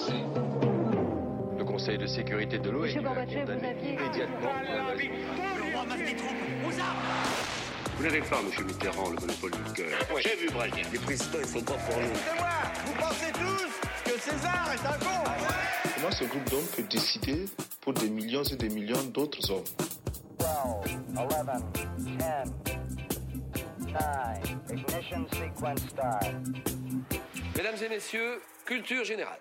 renforcée. Le Conseil de sécurité de l'ONU a condamné immédiatement l'invasion. Vous n'avez pas, M. Mitterrand, le monopole du cœur. Ouais, j'ai vu Brasier. Les présidents, ils sont pas pour nous. C'est moi. Vous pensez tous que César est un con? Comment ce groupe d'hommes peut décider pour des millions et des millions d'autres hommes? 12, 11, 10, 9, ignition sequence start. Mesdames et messieurs, culture générale.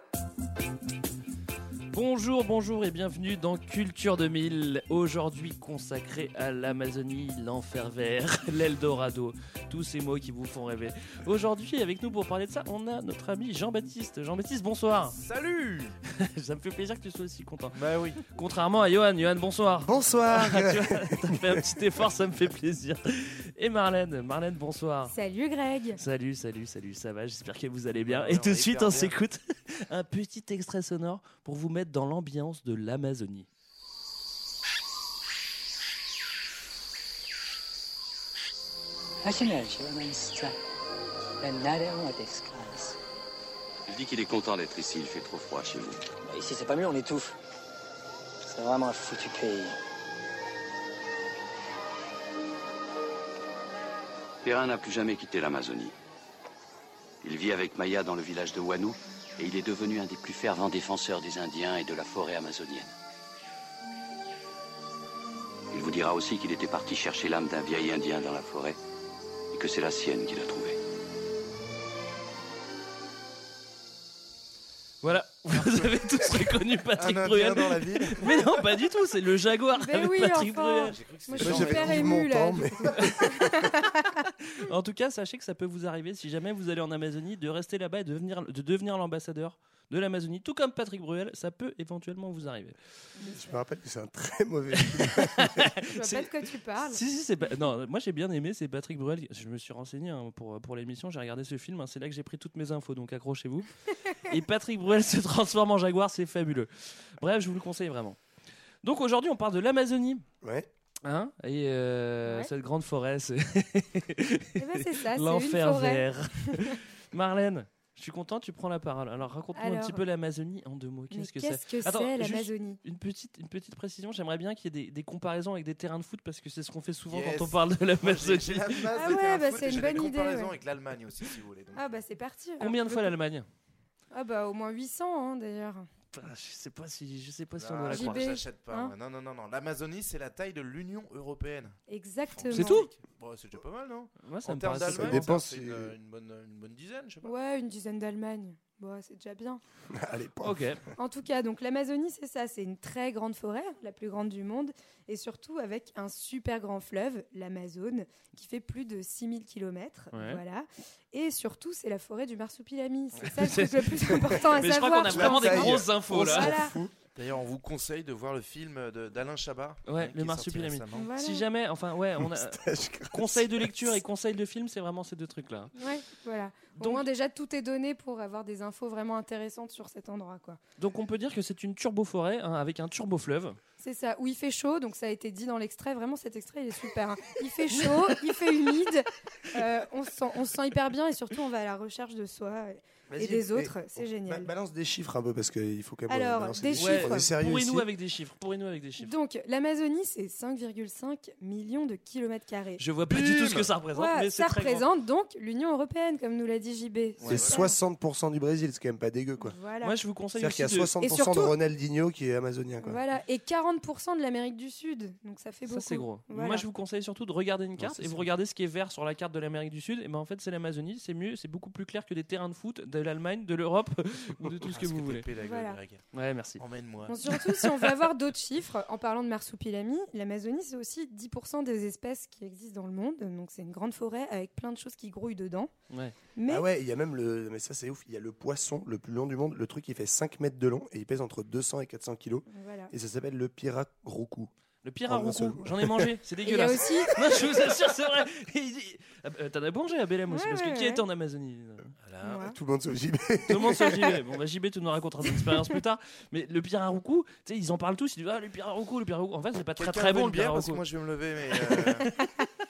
Bonjour et bienvenue dans Culture 2000, aujourd'hui consacré à l'Amazonie, l'enfer vert, l'Eldorado, tous ces mots qui vous font rêver. Aujourd'hui, avec nous pour parler de ça, on a notre ami Jean-Baptiste. Jean-Baptiste, bonsoir. Salut. Ça me fait plaisir que tu sois aussi content. Bah oui. Contrairement à Johan. Johan, bonsoir. Bonsoir. T'as fait un petit effort, ça me fait plaisir. Et Marlène, bonsoir. Salut Greg. Salut, ça va, j'espère que vous allez bien. Ouais, et tout de suite, on bien. s'écoute un petit extrait sonore pour vous mettre dans l'ambiance de l'Amazonie. Il dit qu'il est content d'être ici, il fait trop froid chez vous. Ici, c'est pas mieux, on étouffe. C'est vraiment un foutu pays. Perrin n'a plus jamais quitté l'Amazonie. Il vit avec Maya dans le village de Wanu et il est devenu un des plus fervents défenseurs des Indiens et de la forêt amazonienne. Il vous dira aussi qu'il était parti chercher l'âme d'un vieil Indien dans la forêt et que c'est la sienne qu'il a trouvée. Voilà, vous avez tous reconnu Patrick Un Bruel. Indien dans la ville. Mais non, pas du tout, c'est le Jaguar Mais avec oui, Patrick enfin. Bruel. Moi, je Moi, suis j'avais super dit émue mon là. temps, mais- En tout cas, sachez que ça peut vous arriver, si jamais vous allez en Amazonie, de rester là-bas et de devenir l'ambassadeur de l'Amazonie. Tout comme Patrick Bruel, ça peut éventuellement vous arriver. Je me rappelle que c'est un très mauvais film. Je vois pas de quoi tu parles. Si, c'est pas... Non, moi j'ai bien aimé, c'est Patrick Bruel. Je me suis renseigné pour l'émission, j'ai regardé ce film, c'est là que j'ai pris toutes mes infos, donc accrochez-vous. Et Patrick Bruel se transforme en jaguar, c'est fabuleux. Bref, je vous le conseille vraiment. Donc aujourd'hui, on parle de l'Amazonie. Ouais. Hein et Ouais. cette grande forêt, c'est Eh ben, c'est ça, c'est une l'enfer forêt. vert. Marlène, je suis content, tu prends la parole. Alors raconte-moi un Alors, petit peu l'Amazonie en 2 mots. Mais Qu'est-ce que qu'est-ce c'est que Attends, c'est juste l'Amazonie? une petite précision, j'aimerais bien qu'il y ait des comparaisons avec des terrains de foot parce que c'est ce qu'on fait souvent Yes. quand on parle de Moi, l'Amazonie. j'ai la masse Ah de ouais, terrain de bah, foot c'est et une j'ai des bonne idée, comparaisons ouais. avec l'Allemagne aussi, si vous voulez. Donc. Ah bah c'est parti. alors. Combien de fois l'Allemagne Ah bah au moins 800 d'ailleurs. Je sais pas si on Non, doit la JB. croire. j'achète pas. Hein moi. Non. L'Amazonie, c'est la taille de l'Union européenne. Exactement. C'est tout Bon, c'est déjà pas mal, non? Moi, ça En me termes paraît d'Allemagne, super. ça fait une bonne dizaine, je sais pas. Ouais, une dizaine d'Allemagne. Bon, c'est déjà bien. Allez, pas. Ok. En tout cas, donc l'Amazonie, c'est ça, c'est une très grande forêt, la plus grande du monde, et surtout avec un super grand fleuve, l'Amazone, qui fait plus de 6000 km. Ouais. Voilà. Et surtout, c'est la forêt du marsupilami. C'est ça le truc le plus important à Mais je crois savoir. qu'on a je vraiment pense. des pense. grosses infos là. Voilà. D'ailleurs, on vous conseille de voir le film d'Alain Chabat. Ouais, qui le est marsupilami. sorti récemment. Voilà. Si jamais, enfin ouais, on a Moustache grasse. conseil de lecture et conseil de film, c'est vraiment ces deux trucs là. Ouais, voilà. Au Donc- moins déjà tout est donné pour avoir des infos vraiment intéressantes sur cet endroit, quoi. Donc on peut dire que c'est une turbo-forêt hein, avec un turbo-fleuve. C'est ça, où il fait chaud, donc ça a été dit dans l'extrait, vraiment cet extrait il est super. Hein. Il fait chaud, il fait humide, on se sent hyper bien et surtout on va à la recherche de soi et Vas-y, des autres, et- c'est génial. Balance des chiffres un peu parce qu'il faut quand même. Alors, balancer des chiffres. chiffres. On est sérieux Pourrez-nous ici. avec des chiffres. Donc l'Amazonie c'est 5,5 millions de kilomètres carrés. Je vois pas du tout ce que ça représente, Ouais, mais c'est ça très grand. représente donc l'Union Européenne, comme nous l'a dit JB. C'est 60% du Brésil, c'est quand même pas dégueu quoi. Voilà. Moi, je vous conseille C'est-à-dire aussi qu'il y a de... 60% Et surtout- de Ronaldinho qui est amazonien quoi. Voilà, et 40% de l'Amérique du Sud, donc ça fait beaucoup. Ça c'est gros. Voilà. Moi je vous conseille surtout de regarder une carte c'est et vous ça. regardez ce qui est vert sur la carte de l'Amérique du Sud et ben en fait c'est l'Amazonie, c'est mieux, c'est beaucoup plus clair que des terrains de foot de l'Allemagne, de l'Europe ou de tout ce que vous voulez. Voilà. Ouais, merci. Emmène-moi. Bon, surtout, si on veut avoir d'autres chiffres, en parlant de marsupilami, l'Amazonie, c'est aussi 10% des espèces qui existent dans le monde. Donc, c'est une grande forêt avec plein de choses qui grouillent dedans. Ouais. Mais Ah ouais, il y a même le. Mais ça, c'est ouf. Il y a le poisson le plus long du monde. Le truc, il fait 5 mètres de long et il pèse entre 200 et 400 kilos. voilà. Et ça s'appelle le pirarucu. Le pire En à un seul roucou, mot. j'en ai mangé, c'est Et il y a dégueulasse. aussi. Non, je vous assure, c'est vrai. T'en as mangé à Belém aussi, Ouais, parce que ouais, qui ouais. était en Amazonie Moi. Tout le monde se JB. Tout le monde sur JB. Bon, bah, JB, tu nous raconteras ton expérience plus tard. Mais le pirarucu, tu sais, ils en parlent tous. Ils disent, ah, le pirarucu. En fait, c'est pas très très bon le bière parce que pirarucu. moi je vais me lever. Mais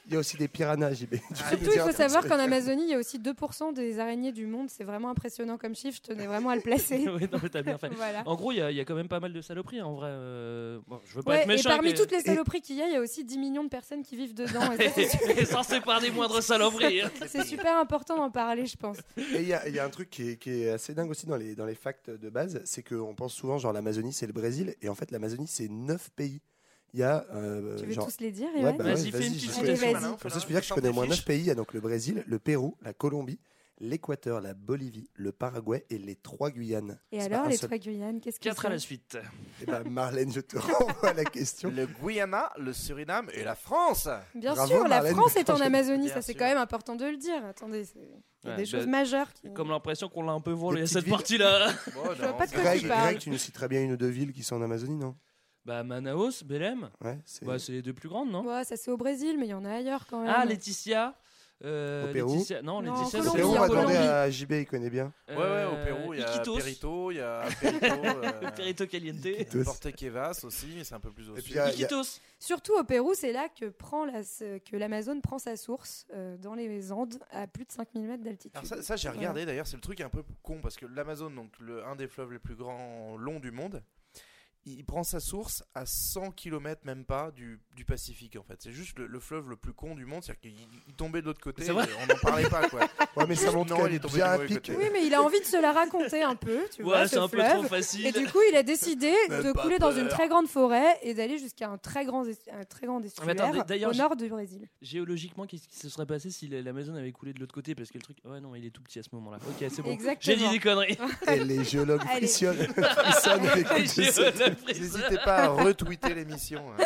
Il y a aussi des piranhas, JB. Surtout, il faut savoir qu'en Amazonie, il y a aussi 2% des araignées du monde. C'est vraiment impressionnant comme chiffre. Je tenais vraiment à le placer. Oui, non, mais t'as bien fait. Voilà. En gros, il y a quand même pas mal de saloperies, en vrai. Bon, je veux pas Ouais, être méchant. et parmi toutes les saloperies qu'il y a aussi 10 millions de personnes qui vivent dedans. Et ça, c'est pas des moindres saloperies. C'est super important d'en parler, je pense. Et il y a un truc qui est assez dingue aussi dans les facts de base, c'est qu'on pense souvent genre l'Amazonie c'est le Brésil, et en fait l'Amazonie c'est 9 pays. Il y a tu veux tous les dire, ouais, bah vas-y, fais une petite citation. Comme ça je peux dire que je connais au moins 9 pays. Il y a donc le Brésil, le Pérou, la Colombie, l'Équateur, la Bolivie, le Paraguay et les 3 Guyanes. Et C'est alors pas un les seul. 3 Guyanes, qu'est-ce que 4 c'est à la suite. Eh ben Marlène, je te renvoie la question. Le Guyana, le Suriname et la France. Bien Bravo, sûr, la Marlène. France est en Amazonie, Bien ça c'est sûr. quand même important de le dire. Attendez, il y a Ouais, des choses bah, majeures. Comme l'impression qu'on l'a un peu volé Des cette petites partie-là. Bon, Je vois non, pas de quoi Greg, tu parles. Greg, tu nous citerais bien une ou deux villes qui sont en Amazonie, non? Bah, Manaus, Belém. Ouais, c'est C'est les deux plus grandes, non? Ouais, ça c'est au Brésil, mais il y en a ailleurs quand même. Ah, Laetitia. Au Pérou. Laetitia... Non, Non, Laetitia, en Au c'est Pérou, Colombie, on en va demander Colombie. à JB, il connaît bien. Ouais, au Pérou, il y a Iquitos. Perito, il y a Perito, Perito Caliente. Iquitos. Porte Quevas aussi, mais c'est un peu plus au Et puis, sud. il y a- Iquitos. Surtout au Pérou, c'est là que l'Amazone prend sa source dans les Andes à plus de 5000 mètres d'altitude. Alors ça j'ai regardé d'ailleurs, c'est le truc un peu con parce que l'Amazone, donc un des fleuves les plus grands longs du monde, il prend sa source à 100 km même pas du Pacifique en fait. C'est juste le fleuve le plus con du monde, c'est-à-dire qu'il tombait de l'autre côté, C'est vrai on n'en parlait pas quoi. Ouais, mais ça montre Non, quand il est même tombé bien du à mauvais pic. côté. Oui, mais il a envie de se la raconter un peu, tu vois, Ouais, c'est ce un peu fleuve. trop facile. Et du coup, il a décidé de pas couler dans peur. une très grande forêt et d'aller jusqu'à un très grand Ah, mais attends, estuaire d'ailleurs, au nord du Brésil. Géologiquement, qu'est-ce qui se serait passé si l'Amazone avait coulé de l'autre côté? Parce que le truc. Ouais, non, il est tout petit à ce moment-là. Ok, c'est bon. Exactement. J'ai dit des conneries. Et les géologues Allez. frissonnent avec Les géologues frissonnent. N'hésitez pas à retweeter l'émission. Hein.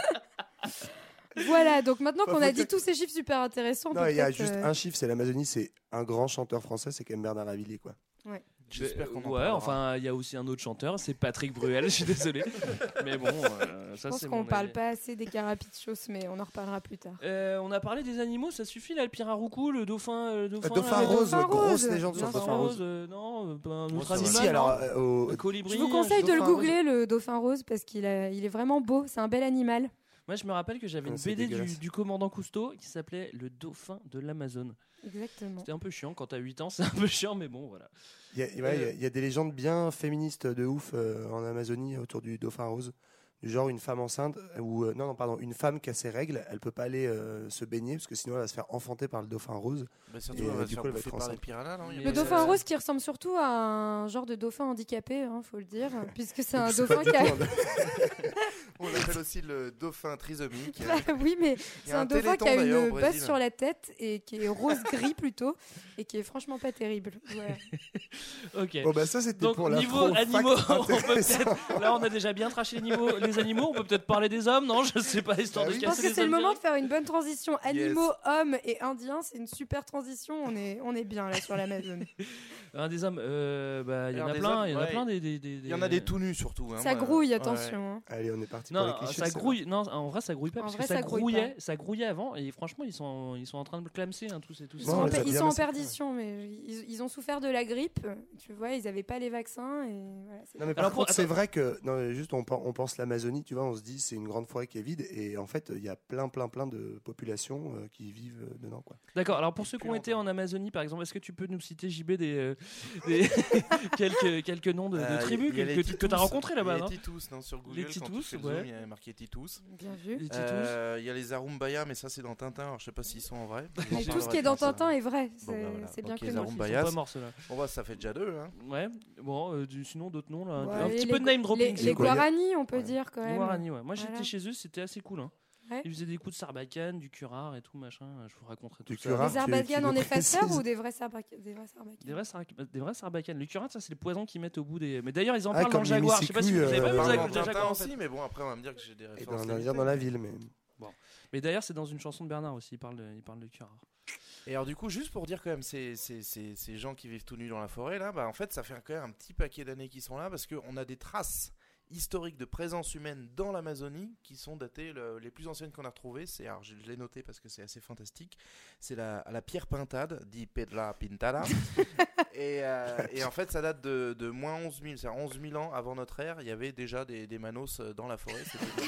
Voilà, donc maintenant Bah, qu'on faut a que- dit tous ces chiffres super intéressants, on Non, peut il y a peut-être, juste un chiffre, c'est l'Amazonie, c'est un grand chanteur français, c'est quand même Bernard Lavilliers, quoi. J'espère qu'on en Ouais, parlera. enfin, il y a aussi un autre chanteur, c'est Patrick Bruel, je suis désolé. Mais bon, je ça pense c'est qu'on mon parle avis. pas assez des carapichos, mais on en reparlera plus tard. On a parlé des animaux, ça suffit là, le Piraroucou, le dauphin. Dauphin là, rose, dauphin grosse rose, légende sur bien le Dauphin dauphin sûr. rose. rose, non, un Moi, autre ça va. animal. Si, alors, Un colibri. Je vous conseille de dauphin le rose. googler, le dauphin rose, parce qu'il est vraiment beau, c'est un bel animal. Moi, je me rappelle que j'avais Ah, une c'est BD dégueulasse. du commandant Cousteau qui s'appelait Le dauphin de l'Amazone. Exactement. C'était un peu chiant quand t'as 8 ans, c'est un peu chiant, mais bon, voilà. Il y a des légendes bien féministes de ouf en Amazonie autour du dauphin rose. Du genre une femme enceinte, ou une femme qui a ses règles, elle peut pas aller se baigner parce que sinon elle va se faire enfanter par le dauphin rose. Bah, surtout, Et, on va du se faire coup, elle va bouffer être par les enceinte. piranhas, non Il y a Le Le pas- dauphin rose qui ressemble surtout à un genre de dauphin handicapé, faut le dire, puisque c'est un C'est pas dauphin du qui a... tout On l'appelle aussi le dauphin trisomique. Oui, mais Il y c'est a un dauphin téléthon, qui a d'ailleurs, une au bosse Brésil. sur la tête et qui est rose-gris plutôt, et qui est franchement pas terrible. Voilà. Ok. Bon bah ça c'était Donc pour niveau l'intro animaux, fact on peut intéressant. peut-être. Là, on a déjà bien traché les animaux. On peut peut-être parler des hommes, non? Je sais pas, histoire Bah de oui. Je pense casser que c'est les le hommes moment de directs. faire une bonne transition. Animaux, hommes et indiens, c'est une super transition. On est bien là sur l'Amazone. Un des hommes, bah, il y en Alors, a des plein. hommes, Il y en a ouais. plein Il y en a des tout nus surtout. Hein, Ça moi. grouille, Ouais. attention. hein. Allez, on est parti pour Non, les clichés. ça c'est grouille. Non, en vrai, ça grouille pas En parce vrai, que ça ça grouille grouillait, ça grouillait avant. Et franchement, ils sont en train de clamser tous ces. Ils Bon, sont, on en, les a ils bien sont en massacrés. perdition, mais ils ont souffert de la grippe. Tu vois, ils n'avaient pas les vaccins. Et voilà, c'est- Non mais par Alors, contre c'est vrai que juste on pense l'Amazonie, tu vois, on se dit c'est une grande forêt qui est vide et en fait il y a plein de populations qui vivent dedans quoi. D'accord. Alors pour ceux qui ont été en Amazonie, par exemple, est-ce que tu peux nous citer JB des quelques noms de tribus Il y a les que tu Titous. as rencontrés là-bas, Il y a non? les Titous, non, sur Google. Les quand tu Titous, fais le ouais. zoom, il y a marqué Titous. Bien vu. Les Titous. Il y a les Arumbaya, mais ça c'est dans Tintin. Alors je sais pas s'ils sont en vrai. Mais tout ce qui est dans Tintin est vrai. C'est Bon, bah, voilà. c'est bien Donc, que les non. Ils Arumbayas. sont pas morts ceux-là. Bon bah ça fait déjà deux. Hein. Ouais. Bon, sinon d'autres noms là. Ouais, Un petit les peu de name dropping. Les s'il vous plaît. Guarani, on peut Ouais. dire quand Les même. Guarani, ouais. Moi Voilà. j'étais chez eux, c'était assez cool. Hein. Ouais. Ils faisaient des coups de sarbacane, du curare et tout machin. Je vous raconterai tout Du ça. curare. Des tu arbacanes le en effaceur précises. ou des vrais sarbacanes? Des vrais sarbacanes. Le curare, ça c'est le poison qu'ils mettent au bout des. Mais d'ailleurs, ils en Ah, parlent dans comme le les Jaguar. Je sais pas si vous Missicus, avez pas vu Parle le dans Jaguar Tintin en fait. aussi, mais bon après on va me dire que j'ai des Et références. on en vient dans la ville mais Mais d'ailleurs, c'est dans une chanson de Bernard aussi. Il parle de curare. Et alors du coup, juste pour dire quand même, ces gens qui vivent tout nus dans la forêt là, bah en fait ça fait quand même un petit paquet d'années qu'ils sont là parce qu'on a des traces historiques de présence humaine dans l'Amazonie qui sont datées. Les plus anciennes qu'on a retrouvées, alors je l'ai noté parce que c'est assez fantastique, c'est la pierre pintade, dit Pedra Pintada. et en fait, ça date de moins 11 000, c'est-à-dire 11 000 ans avant notre ère, il y avait déjà des manos dans la forêt.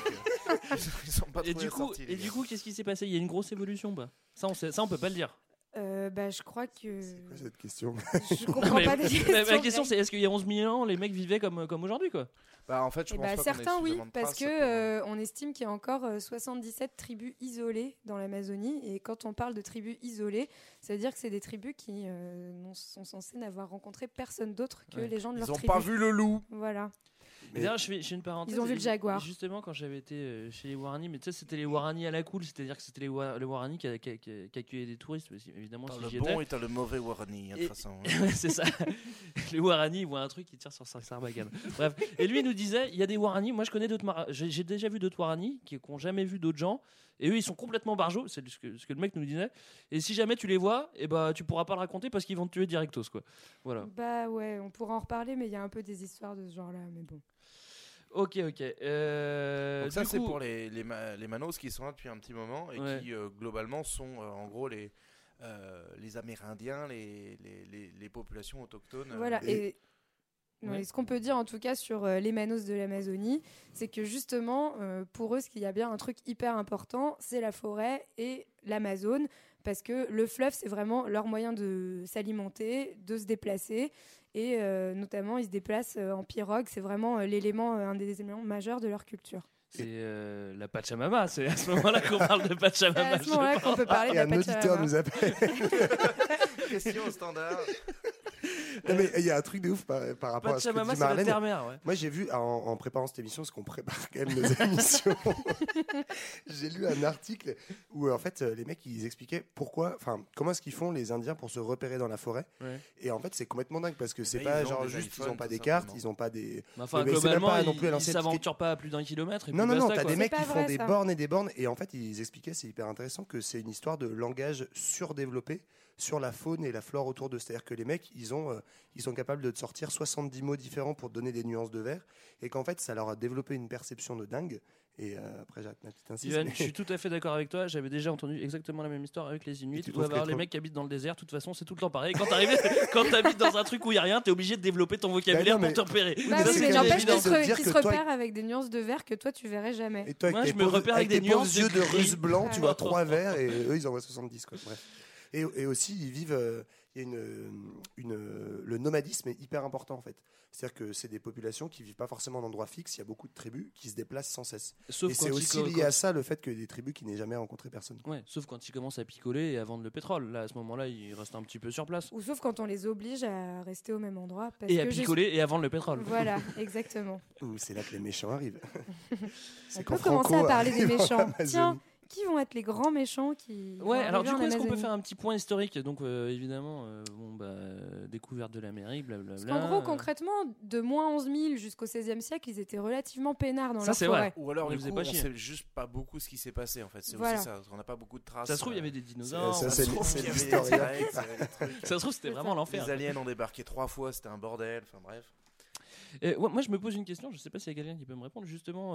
Ils sont pas Et du coup, qu'est-ce qui s'est passé ? Il y a une grosse évolution, bah. Ça, on peut pas le dire. Je crois que. C'est quoi cette question ? Je comprends pas des questions. La question, c'est est-ce qu'il y a 11 000 ans, les mecs vivaient comme aujourd'hui, quoi ? En fait, je pense pas certains, qu'on ait oui, suffisamment de parce traces que on estime qu'il y a encore 77 tribus isolées dans l'Amazonie. Et quand on parle de tribus isolées, ça veut dire que c'est des tribus qui sont censées n'avoir rencontré personne d'autre que les gens de leur tribu. Ils n'ont pas vu le loup. Voilà. D'ailleurs, je fais une parenthèse. Ils ont vu le jaguar. Justement, quand j'avais été chez les Warani, mais tu sais, c'était les Warani à la cool, c'est-à-dire que c'était le Warani qui accueillait des touristes, évidemment. T'as si le bon et t'as le mauvais Warani, de toute façon. C'est ça. Les Warani, ils voient un truc qui tire sur Sarbacane. Bref. Et lui, il nous disait, il y a des Warani. Moi, je connais d'autres. J'ai déjà vu d'autres Warani qui n'ont jamais vu d'autres gens. Et eux, ils sont complètement barjots. C'est ce que le mec nous disait. Et si jamais tu les vois, tu pourras pas le raconter parce qu'ils vont te tuer directos, quoi. Voilà. Bah ouais, on pourra en reparler, mais il y a un peu des histoires de ce genre-là, mais bon. Ok. Donc ça, c'est pour les Manos qui sont là depuis un petit moment et qui globalement sont en gros les Amérindiens, les populations autochtones. Voilà. Et ce qu'on peut dire en tout cas sur les Manos de l'Amazonie, c'est que justement pour eux, ce qu'il y a bien un truc hyper important, c'est la forêt et l'Amazone, parce que le fleuve, c'est vraiment leur moyen de s'alimenter, de se déplacer. Et notamment, ils se déplacent en pirogue. C'est vraiment un des éléments majeurs de leur culture. C'est la Pachamama. C'est à ce moment-là qu'on parle de Pachamama. C'est à ce moment-là qu'on peut parler de la Pachamama. Et un auditeur nous appelle. Question standard. Non, mais il y a un truc de ouf par rapport à ce que dit Marlène. Ouais. Moi, j'ai vu en préparant cette émission, parce qu'on prépare quand même nos émissions, j'ai lu un article où en fait les mecs ils expliquaient comment est-ce qu'ils font les Indiens pour se repérer dans la forêt. Ouais. Et en fait, c'est complètement dingue parce que c'est pas genre juste ils ont pas des cartes, ils ont pas des. Enfin, globalement, ils s'aventurent pas à plus d'1 kilomètre. Non, t'as des mecs qui font des bornes et des bornes. Et en fait, ils expliquaient, c'est hyper intéressant, que c'est une histoire de langage surdéveloppé sur la faune et la flore autour d'eux. C'est-à-dire que les mecs, ils sont capables de te sortir 70 mots différents pour te donner des nuances de vert, et qu'en fait, ça leur a développé une perception de dingue. Et après, j'ai ma petite insiste. Ivan, je suis tout à fait d'accord avec toi. J'avais déjà entendu exactement la même histoire avec les Inuits. Ou avoir les mecs qui habitent dans le désert. De toute façon, c'est tout le temps pareil. Quand t'habites dans un truc où il y a rien, t'es obligé de développer ton vocabulaire pour te repérer. Mais n'empêche qu'ils se repèrent avec des nuances de vert que toi tu verrais jamais. Et toi, moi, je me repère avec des nuances yeux de russe blanc, tu vois Ouais. 3 verts, et eux, ils en voient 70. Quoi. Bref. Et aussi, ils vivent. Il y a le nomadisme est hyper important en fait. C'est-à-dire que c'est des populations qui vivent pas forcément en endroit fixe. Il y a beaucoup de tribus qui se déplacent sans cesse. Et c'est aussi lié à ça le fait que des tribus qui n'aient jamais rencontré personne. Ouais, sauf quand ils commencent à picoler et à vendre le pétrole. Là, à ce moment-là, ils restent un petit peu sur place. Ou sauf quand on les oblige à rester au même endroit. Et à picoler et à vendre le pétrole. Voilà, exactement. C'est là que les méchants arrivent. On peut commencer à parler des méchants. Tiens. Qui vont être les grands méchants qui alors du coup, est-ce qu'on peut faire un petit point historique ? Donc évidemment, découverte de l'Amérique, blablabla. Parce qu'en gros, concrètement, de moins 11 000 jusqu'au XVIe siècle, ils étaient relativement peinards dans leur forêt. Vrai. Ou alors, du coup, on sait juste pas beaucoup ce qui s'est passé en fait. C'est aussi ça, parce qu'on n'a pas beaucoup de traces. Ça se trouve, il y avait des dinosaures. Ça se trouve, c'était vraiment l'enfer. Les aliens ont débarqué 3 fois, c'était un bordel. Enfin bref. Moi, je me pose une question, je ne sais pas s'il y a quelqu'un qui peut me répondre. Justement,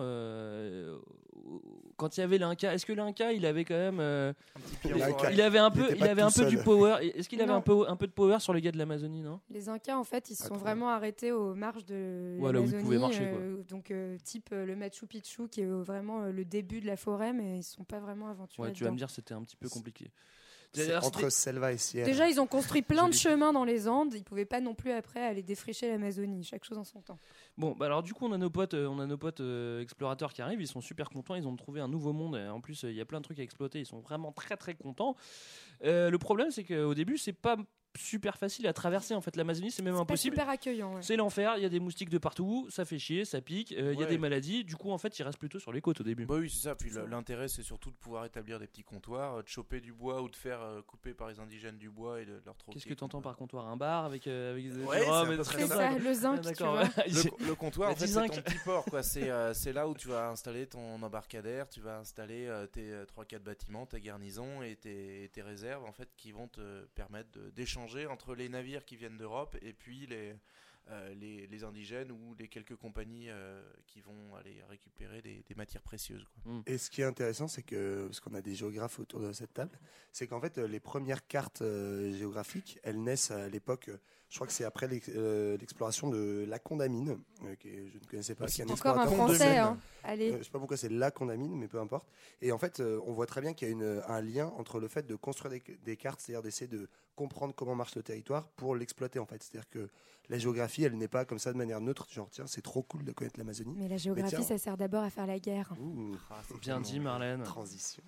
quand il y avait l'Inca, est-ce que l'Inca, il avait quand même, il avait un peu du power. Est-ce qu'il avait un peu de power sur les gars de l'Amazonie, non ? Les Incas, en fait, ils se sont vraiment arrêtés aux marges de voilà, l'Amazonie. Où ils pouvaient marcher, donc, type le Machu Picchu, qui est vraiment le début de la forêt, mais ils ne sont pas vraiment aventurés. Ouais, tu vas me dire, c'était un petit peu compliqué. Entre Selva et Sierra. Déjà, ils ont construit plein de chemins dans les Andes. Ils pouvaient pas non plus après aller défricher l'Amazonie. Chaque chose en son temps. Bon, alors du coup, on a nos potes explorateurs qui arrivent. Ils sont super contents. Ils ont trouvé un nouveau monde. Et en plus, il y a plein de trucs à exploiter. Ils sont vraiment très très contents. Le problème, c'est qu'au début, c'est pas super facile à traverser. En fait, l'Amazonie, c'est même impossible. C'est super accueillant. Ouais. C'est l'enfer. Il y a des moustiques de partout. Ça fait chier, ça pique. Il y a des maladies. Du coup, en fait, ils restent plutôt sur les côtes au début. Bah oui, c'est ça. Puis l'intérêt, c'est surtout de pouvoir établir des petits comptoirs, de choper du bois ou de faire couper par les indigènes du bois et de leur troquer. Qu'est-ce que tu entends par comptoir ? Un bar avec des c'est ça, le zinc. D'accord. Le comptoir, en fait, c'est ton petit port, quoi. C'est là où tu vas installer ton embarcadère, tu vas installer tes 3-4 bâtiments, ta garnison et tes réserves, en fait, qui vont te permettre d'échanger entre les navires qui viennent d'Europe et puis les indigènes ou les quelques compagnies qui vont aller récupérer des matières précieuses, quoi. Et ce qui est intéressant, c'est que, parce qu'on a des géographes autour de cette table, c'est qu'en fait, les premières cartes géographiques, elles naissent à l'époque, je crois que c'est après l'exploration de la Condamine, que je ne connaissais pas. C'est encore un français, hein. Allez. Je ne sais pas pourquoi c'est la Condamine, mais peu importe. Et en fait, on voit très bien qu'il y a un lien entre le fait de construire des cartes, c'est-à-dire d'essayer de comprendre comment marche le territoire pour l'exploiter, en fait. C'est-à-dire que la géographie, elle n'est pas comme ça de manière neutre, genre tiens, c'est trop cool de connaître l'Amazonie. Mais la géographie, ça sert d'abord à faire la guerre. C'est bien dit, Marlène. Transition.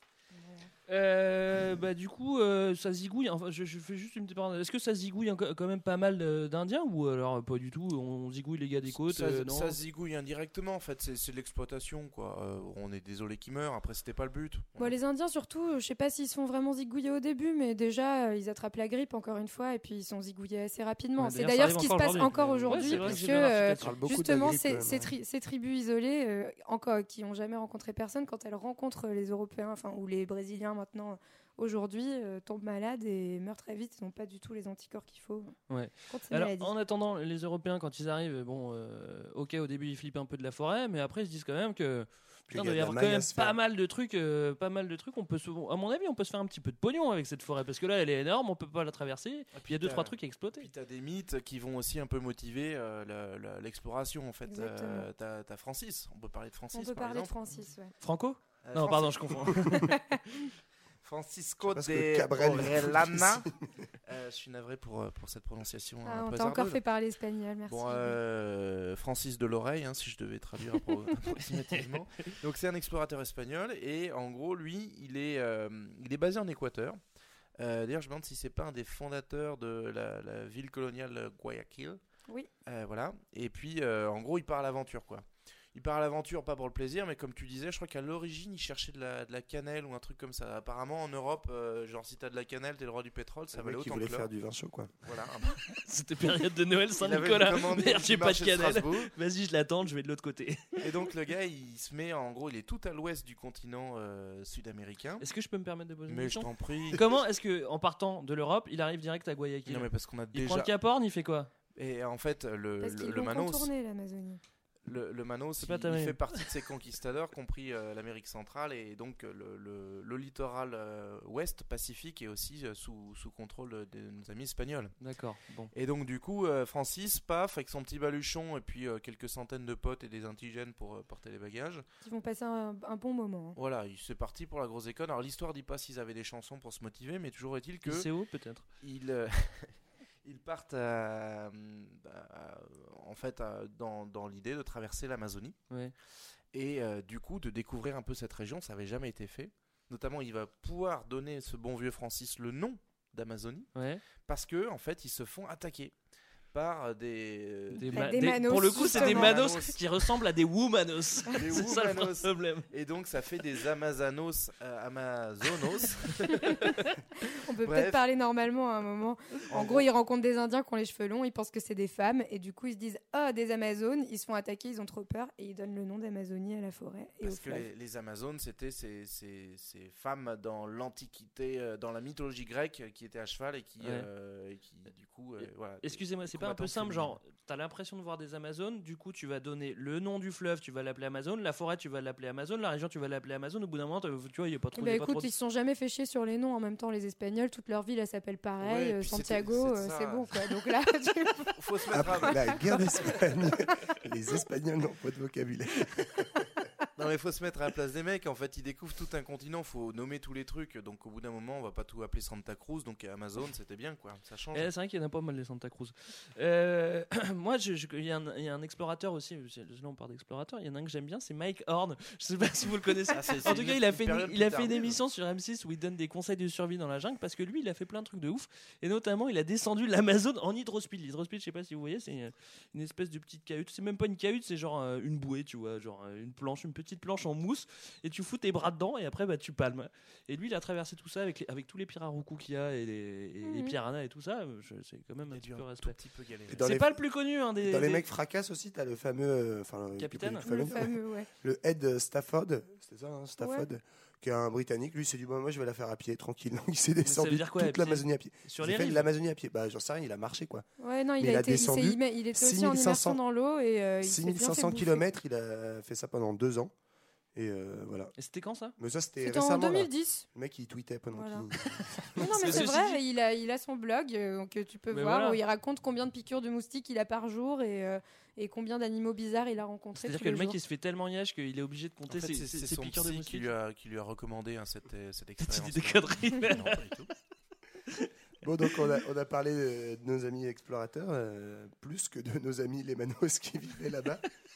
Du coup, ça zigouille. Enfin, je fais juste une petite parenthèse. Est-ce que ça zigouille quand même pas mal d'Indiens ou alors pas du tout? On zigouille les gars des côtes. Non, ça zigouille indirectement, en fait. C'est de l'exploitation, quoi. On est désolé qu'ils meurent. Après, c'était pas le but. Bon, les Indiens, surtout, je sais pas s'ils se font vraiment zigouiller au début, mais déjà, ils attrapent la grippe encore une fois et puis ils sont zigouillés assez rapidement. Ouais, c'est d'ailleurs ce qui se passe encore aujourd'hui, parce que justement, ces tribus isolées, qui ont jamais rencontré personne, quand elles rencontrent les Européens, ou les Brésiliens maintenant aujourd'hui, tombent malades et meurent très vite. Ils n'ont pas du tout les anticorps qu'il faut contre ces maladies. En attendant, les Européens, quand ils arrivent, ok, au début ils flippent un peu de la forêt, mais après ils se disent quand même que il doit y avoir quand même pas mal de trucs. On peut à mon avis, on peut se faire un petit peu de pognon avec cette forêt parce que là, elle est énorme, on peut pas la traverser. Et puis il y a 2-3 trucs à exploiter. Puis t'as des mythes qui vont aussi un peu motiver l'exploration, en fait. T'as Francis. On peut parler de Francis. On peut parler de Francis, ouais. Franco? Non, pardon, je confonds. Francisco de Orellana. Je suis navré pour cette prononciation. On t'a encore fait parler espagnol, merci. Francis de l'oreille, si je devais traduire approximativement. Donc c'est un explorateur espagnol et en gros lui, il est basé en Équateur. D'ailleurs, je me demande si c'est pas un des fondateurs de la ville coloniale Guayaquil. Oui. Voilà. Et puis en gros, il part à l'aventure, quoi. Il part à l'aventure, pas pour le plaisir, mais comme tu disais, je crois qu'à l'origine, il cherchait de la cannelle ou un truc comme ça. Apparemment, en Europe, genre si t'as de la cannelle, t'es le roi du pétrole, ça valait autant que l'or. Il voulait faire du vin chaud, quoi. Voilà. C'était période de Noël Saint-Nicolas. Merde, j'ai pas de cannelle. Vas-y, je l'attends, je vais de l'autre côté. Et donc, le gars, il se met, en gros, il est tout à l'ouest du continent sud-américain. Est-ce que je peux me permettre de poser une question ? Mais je t'en prie. Comment est-ce qu'en partant de l'Europe, il arrive direct à Guayaquil ? Non, mais parce qu'on a déjà. Il prend le Cap Horn, il fait quoi ? Et en fait, parce qu'ils vont contourner l'Amazonie. Le Manos, il fait partie de ces conquistadors, compris l'Amérique centrale et donc le littoral ouest Pacifique est aussi sous contrôle de nos amis espagnols. D'accord. Bon. Et donc du coup, Francis, paf, avec son petit baluchon et puis quelques centaines de potes et des indigènes pour porter les bagages. Ils vont passer un bon moment. Voilà, c'est parti pour la grosse école. Alors l'histoire dit pas s'ils avaient des chansons pour se motiver, mais toujours est-il que c'est où peut-être. Ils partent dans l'idée de traverser l'Amazonie et du coup de découvrir un peu cette région. Ça n'avait jamais été fait. Notamment, il va pouvoir donner ce bon vieux Francis le nom d'Amazonie parce que en fait, ils se font attaquer par des manos. Pour le coup, c'est des manos qui ressemblent à des womanos. C'est ça le problème. Et donc, ça fait des amazonos. On peut peut-être parler normalement à un moment. En gros, ils rencontrent des Indiens qui ont les cheveux longs, ils pensent que c'est des femmes, et du coup, ils se disent des Amazones. Ils se font attaquer, ils ont trop peur, et ils donnent le nom d'Amazonie à la forêt. Parce que les Amazones, c'était ces femmes dans l'Antiquité, dans la mythologie grecque, qui étaient à cheval et qui du coup, voilà. Excusez-moi, c'est pas un peu simple, genre t'as l'impression de voir des Amazones, du coup tu vas donner le nom du fleuve, tu vas l'appeler Amazon, la forêt tu vas l'appeler Amazon, la région tu vas l'appeler Amazon, au bout d'un moment tu vois il y a pas trop ils se sont jamais fait chier sur les noms en même temps, les Espagnols, toute leur ville elle s'appelle pareil, Santiago, c'est bon quoi. Donc là faut se mettre après la guerre d'Espagne, les Espagnols n'ont pas de vocabulaire. Non mais faut se mettre à la place des mecs, en fait ils découvrent tout un continent, faut nommer tous les trucs, donc au bout d'un moment on va pas tout appeler Santa Cruz, donc Amazon c'était bien quoi, ça change. C'est vrai qu'il y en a pas mal les Santa Cruz. Moi il y a un explorateur aussi, là on parle d'explorateur, il y en a un que j'aime bien, c'est Mike Horn, je sais pas si vous le connaissez. En tout cas il a fait une émission sur M6 où il donne des conseils de survie dans la jungle, parce que lui il a fait plein de trucs de ouf, et notamment il a descendu l'Amazone en hydrospeed. L'hydrospeed, je sais pas si vous voyez, c'est une espèce de petite cahute, c'est même pas une cahute, c'est genre une bouée, tu vois, genre une petite planche en mousse, et tu fous tes bras dedans et après tu palmes. Et lui il a traversé tout ça avec tous les pirarucous qu'il y a et les piranhas et tout ça, c'est quand même un petit peu respect. C'est pas le plus connu dans les mecs fracassent aussi, t'as le fameux capitaine, le fameux le Ed Stafford, c'était ça, Stafford, qui est un Britannique. Lui, il s'est dit moi, je vais la faire à pied, tranquille. Donc, il s'est descendu quoi, toute l'Amazonie à pied. Sur il les fait rives. l'Amazonie à pied. Bah, j'en sais rien, il a marché quoi. Ouais, non, il a était descendu aussi en immersion dans l'eau et 6500 km, il a fait ça pendant 2 ans. Et voilà. Et c'était quand ça? Mais ça, c'était en récemment. 2010. Le mec, il tweetait pendant Voilà. qu'il. Non, mais c'est vrai, il a son blog, donc tu peux voir, où il raconte combien de piqûres de moustiques il a par jour et combien d'animaux bizarres il a rencontrés. C'est-à-dire que le mec il se fait tellement niège qu'il est obligé de compter en fait, ses son piqûres de psy moustiques. qui lui a recommandé cette expérience. Tu dis des conneries. Non, pas du tout. Bon, donc on a parlé de nos amis explorateurs, plus que de nos amis les Manos qui vivaient là-bas.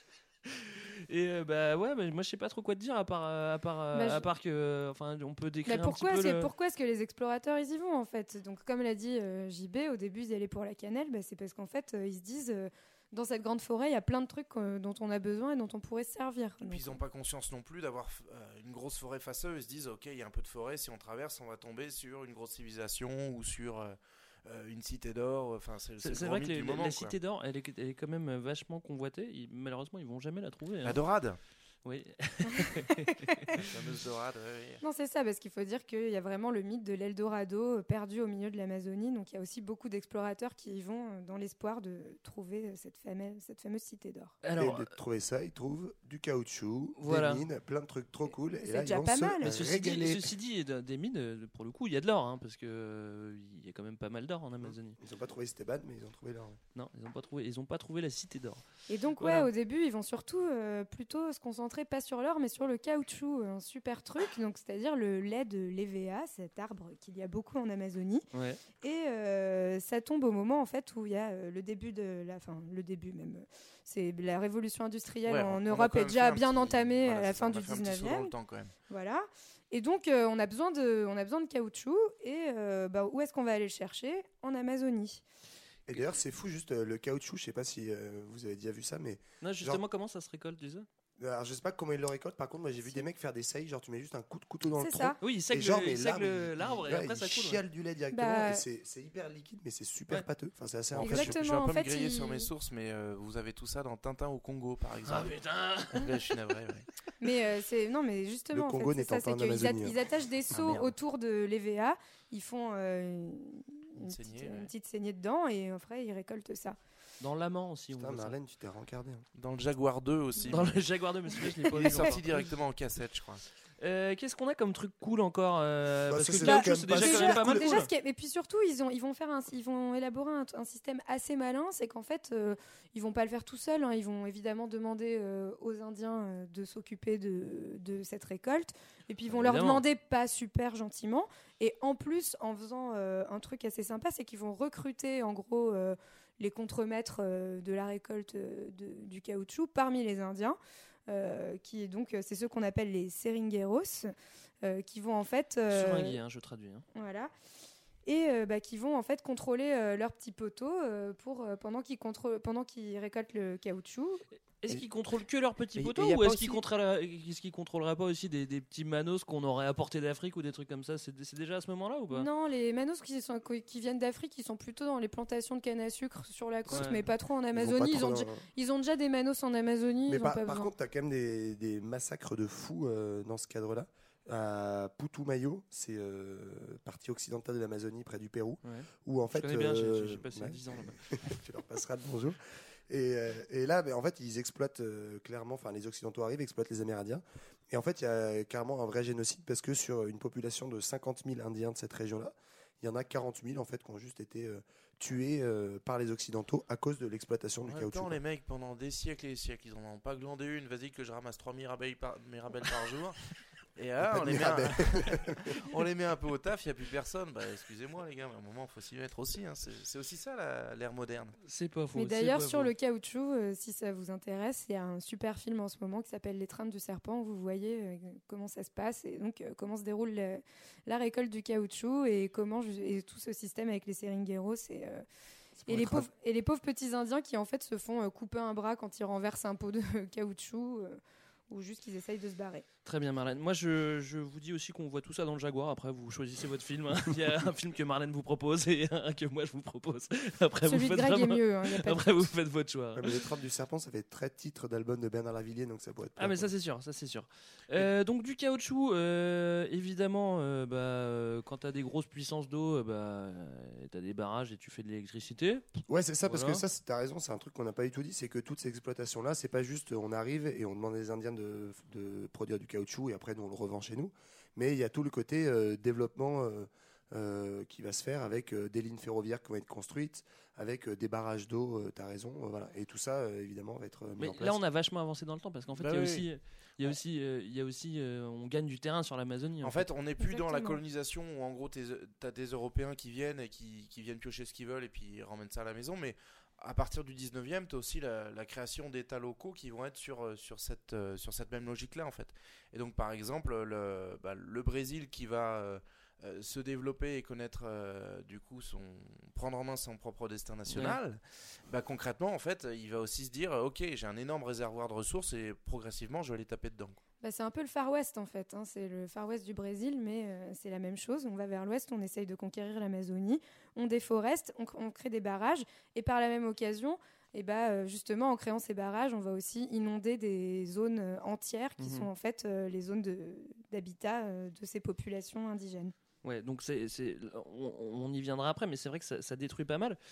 Et moi je sais pas trop quoi te dire à part que on peut décrire un petit peu pourquoi est-ce que les explorateurs ils y vont en fait. Donc comme l'a dit JB, au début ils allaient pour la cannelle, c'est parce qu'en fait ils se disent dans cette grande forêt il y a plein de trucs dont on a besoin et dont on pourrait se servir. Et puis ils n'ont pas conscience non plus d'avoir une grosse forêt face à eux. Ils se disent ok, il y a un peu de forêt, si on traverse on va tomber sur une grosse civilisation ou sur une cité d'or. Enfin, c'est vrai que la cité d'or elle est quand même vachement convoitée. Malheureusement ils vont jamais la trouver. La Dorade. Oui. La fameuse Dorade, oui. Non, c'est ça, parce qu'il faut dire qu'il y a vraiment le mythe de l'Eldorado perdu au milieu de l'Amazonie. Donc il y a aussi beaucoup d'explorateurs qui y vont dans l'espoir de trouver cette fameuse cité d'or. Alors, et de trouver ça, ils trouvent du caoutchouc, des mines, plein de trucs trop cool. Et là, déjà pas mal. Mais ceci dit, des mines, pour le coup, il y a de l'or, parce que il y a quand même pas mal d'or en Amazonie. Ils n'ont pas trouvé Esteban, mais ils ont trouvé l'or. Non, ils n'ont pas trouvé la cité d'or. Et donc, au début, ils vont surtout plutôt se concentrer pas sur l'or mais sur le caoutchouc, un super truc, donc c'est-à-dire le lait de l'EVA, cet arbre qu'il y a beaucoup en Amazonie. Ouais. Et ça tombe au moment en fait où il y a le début même, c'est la révolution industrielle en Europe est déjà bien entamée à la fin du 19e. Voilà. Et donc on a besoin de caoutchouc et où est-ce qu'on va aller le chercher? En Amazonie. Et d'ailleurs, c'est fou, juste le caoutchouc, je sais pas si vous avez déjà vu ça, mais. Non, justement, comment ça se récolte, tu sais? Alors, je sais pas comment ils le récoltent, par contre, moi j'ai vu des mecs faire des sailles, genre tu mets juste un coup de couteau dans le tronc. Ça. Oui, il sèque l'arbre et après ça coule. Il chiale du lait directement et c'est hyper liquide, mais c'est super pâteux. Enfin, c'est assez impressionnant. Je vais un peu me griller sur mes sources, mais vous avez tout ça dans Tintin au Congo, par exemple. Ah putain. Je suis navré, Mais mais justement, le Congo en fait, c'est ça, ils attachent des seaux autour de l'EVA, ils font une petite saignée dedans et après ils récoltent ça. Dans l'amant aussi. Putain, Marlène, tu t'es rencardé. Dans le Jaguar 2 aussi. Dans le Jaguar 2, mais celui-là, je l'ai pas vu. Il est sorti directement en cassette, je crois. Qu'est-ce qu'on a comme truc cool encore parce que c'est déjà quand même pas mal cool. Et puis surtout, ils vont élaborer un système assez malin, c'est qu'en fait, ils vont pas le faire tout seuls. Ils vont évidemment demander aux Indiens de s'occuper de cette récolte. Et puis ils vont leur demander pas super gentiment. Et en plus, en faisant un truc assez sympa, c'est qu'ils vont recruter en gros les contremaîtres de la récolte du caoutchouc parmi les Indiens. Qui est donc c'est ceux qu'on appelle les seringueros, qui vont en fait seringuer, je traduis. Voilà. Et qui vont en fait contrôler leur petit poteau pendant qu'ils récoltent le caoutchouc. Est-ce qu'ils contrôlent que leur petit poteau ou est-ce qu'ils contrôleraient pas aussi des petits manos qu'on aurait apportés d'Afrique ou des trucs comme ça? C'est déjà à ce moment-là ou pas? Non, les manos qui viennent d'Afrique, ils sont plutôt dans les plantations de canne à sucre sur la côte, mais pas trop en Amazonie. Ils ont déjà des manos en Amazonie. Mais par contre, t'as quand même des massacres de fous dans ce cadre-là. À Putumayo, c'est partie occidentale de l'Amazonie, près du Pérou, où en fait, je connais bien, j'ai passé 10 ans là-bas. Tu leur passeras le bonjour. Et là, en fait, ils exploitent clairement, enfin, les Occidentaux arrivent, exploitent les Amérindiens. Et en fait, il y a carrément un vrai génocide parce que sur une population de 50 000 Indiens de cette région-là, il y en a 40 000 en fait qui ont juste été tués par les Occidentaux à cause de l'exploitation du caoutchouc. Attends, les mecs, pendant des siècles et des siècles, ils en ont pas glandé une. Vas-y que je ramasse 3 mirabelles par jour. Et là, on les met un peu au taf, il n'y a plus personne. Excusez-moi les gars, mais à un moment, il faut s'y mettre aussi. C'est aussi ça l'ère moderne. C'est pas faux. Mais d'ailleurs, sur le caoutchouc, si ça vous intéresse, il y a un super film en ce moment qui s'appelle L'étreinte du serpent, où vous voyez comment ça se passe et donc comment se déroule la récolte du caoutchouc et et tout ce système avec les seringueros. Et les pauvres petits Indiens qui en fait se font couper un bras quand ils renversent un pot de caoutchouc ou juste qu'ils essayent de se barrer. Très bien, Marlène. Moi, je vous dis aussi qu'on voit tout ça dans le Jaguar. Après, vous choisissez votre film. Hein. Il y a un film que Marlène vous propose et un que moi je vous propose. Après, Celui vous de faites Greg vraiment... est mieux. Hein, Après, vous faites votre choix. Ouais, mais Les Trappes du Serpent, ça fait très titre d'album de Bernard Lavilliers, donc ça pourrait être. Ah, mais ça, c'est sûr. Donc, du caoutchouc, évidemment, quand tu as des grosses puissances d'eau, tu as des barrages et tu fais de l'électricité. Ouais, c'est ça, Voilà. parce que ça, t'as raison, c'est un truc qu'on n'a pas du tout dit, c'est que toutes ces exploitations-là, c'est pas juste on arrive et on demande aux Indiens de produire du caoutchouc et après nous on le revend chez nous, mais il y a tout le côté développement qui va se faire avec des lignes ferroviaires qui vont être construites, avec des barrages d'eau, t'as raison, voilà. Et tout ça évidemment va être mis Mais en place. là, on a vachement avancé dans le temps parce qu'en fait, il y a aussi, on gagne du terrain sur l'Amazonie. En fait, on n'est plus dans la Exactement. colonisation où en gros t'as des Européens qui viennent et qui viennent piocher ce qu'ils veulent et puis ils ramènent ça à la maison, mais à partir du 19e, tu as aussi la création d'États locaux qui vont être sur cette même logique-là en fait. Et donc par exemple, le Brésil qui va se développer et connaître du coup prendre en main son propre destin national, concrètement en fait il va aussi se dire ok, j'ai un énorme réservoir de ressources et progressivement je vais aller taper dedans. C'est un peu le Far West en fait, hein. C'est le Far West du Brésil, mais c'est la même chose. On va vers l'ouest, on essaye de conquérir l'Amazonie, on déforeste, on crée des barrages, et par la même occasion, justement en créant ces barrages, on va aussi inonder des zones entières qui sont en fait les zones d'habitat de ces populations indigènes. Ouais, donc on y viendra après, mais c'est vrai que ça détruit pas mal.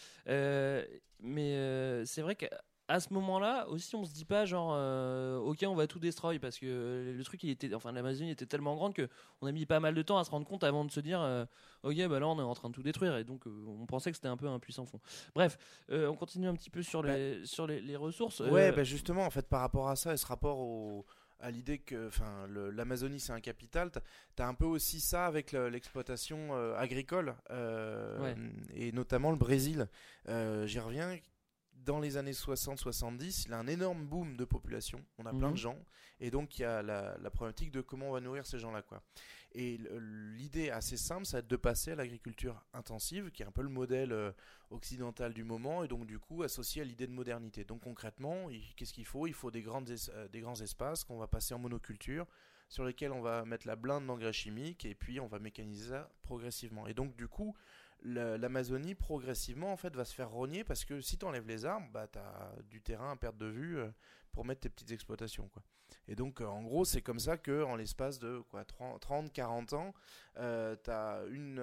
Mais c'est vrai qu'à ce moment-là aussi, on se dit pas genre ok, on va tout destroy, parce que le truc l'Amazonie était tellement grande que on a mis pas mal de temps à se rendre compte avant de se dire ok, là on est en train de tout détruire, et donc on pensait que c'était un peu un puissant fond. Bref, on continue un petit peu sur les ressources. Ouais, justement en fait par rapport à ça et ce rapport à l'idée que l'Amazonie c'est un capital, t'as un peu aussi ça avec l'exploitation agricole et notamment le Brésil. J'y reviens. Dans les années 60-70, il a un énorme boom de population. On a plein de gens. Et donc, il y a la problématique de comment on va nourrir ces gens-là, quoi. Et l'idée assez simple, ça va être de passer à l'agriculture intensive, qui est un peu le modèle occidental du moment, et donc, du coup, associé à l'idée de modernité. Donc, concrètement, qu'est-ce qu'il faut ? Il faut des grands espaces qu'on va passer en monoculture, sur lesquels on va mettre la blinde d'engrais chimiques, et puis on va mécaniser ça progressivement. Et donc, du coup, l'Amazonie progressivement en fait va se faire rogner parce que si tu enlèves les arbres, t'as du terrain à perte de vue pour mettre tes petites exploitations, quoi. Et donc en gros c'est comme ça que en l'espace de 30-40 ans t'as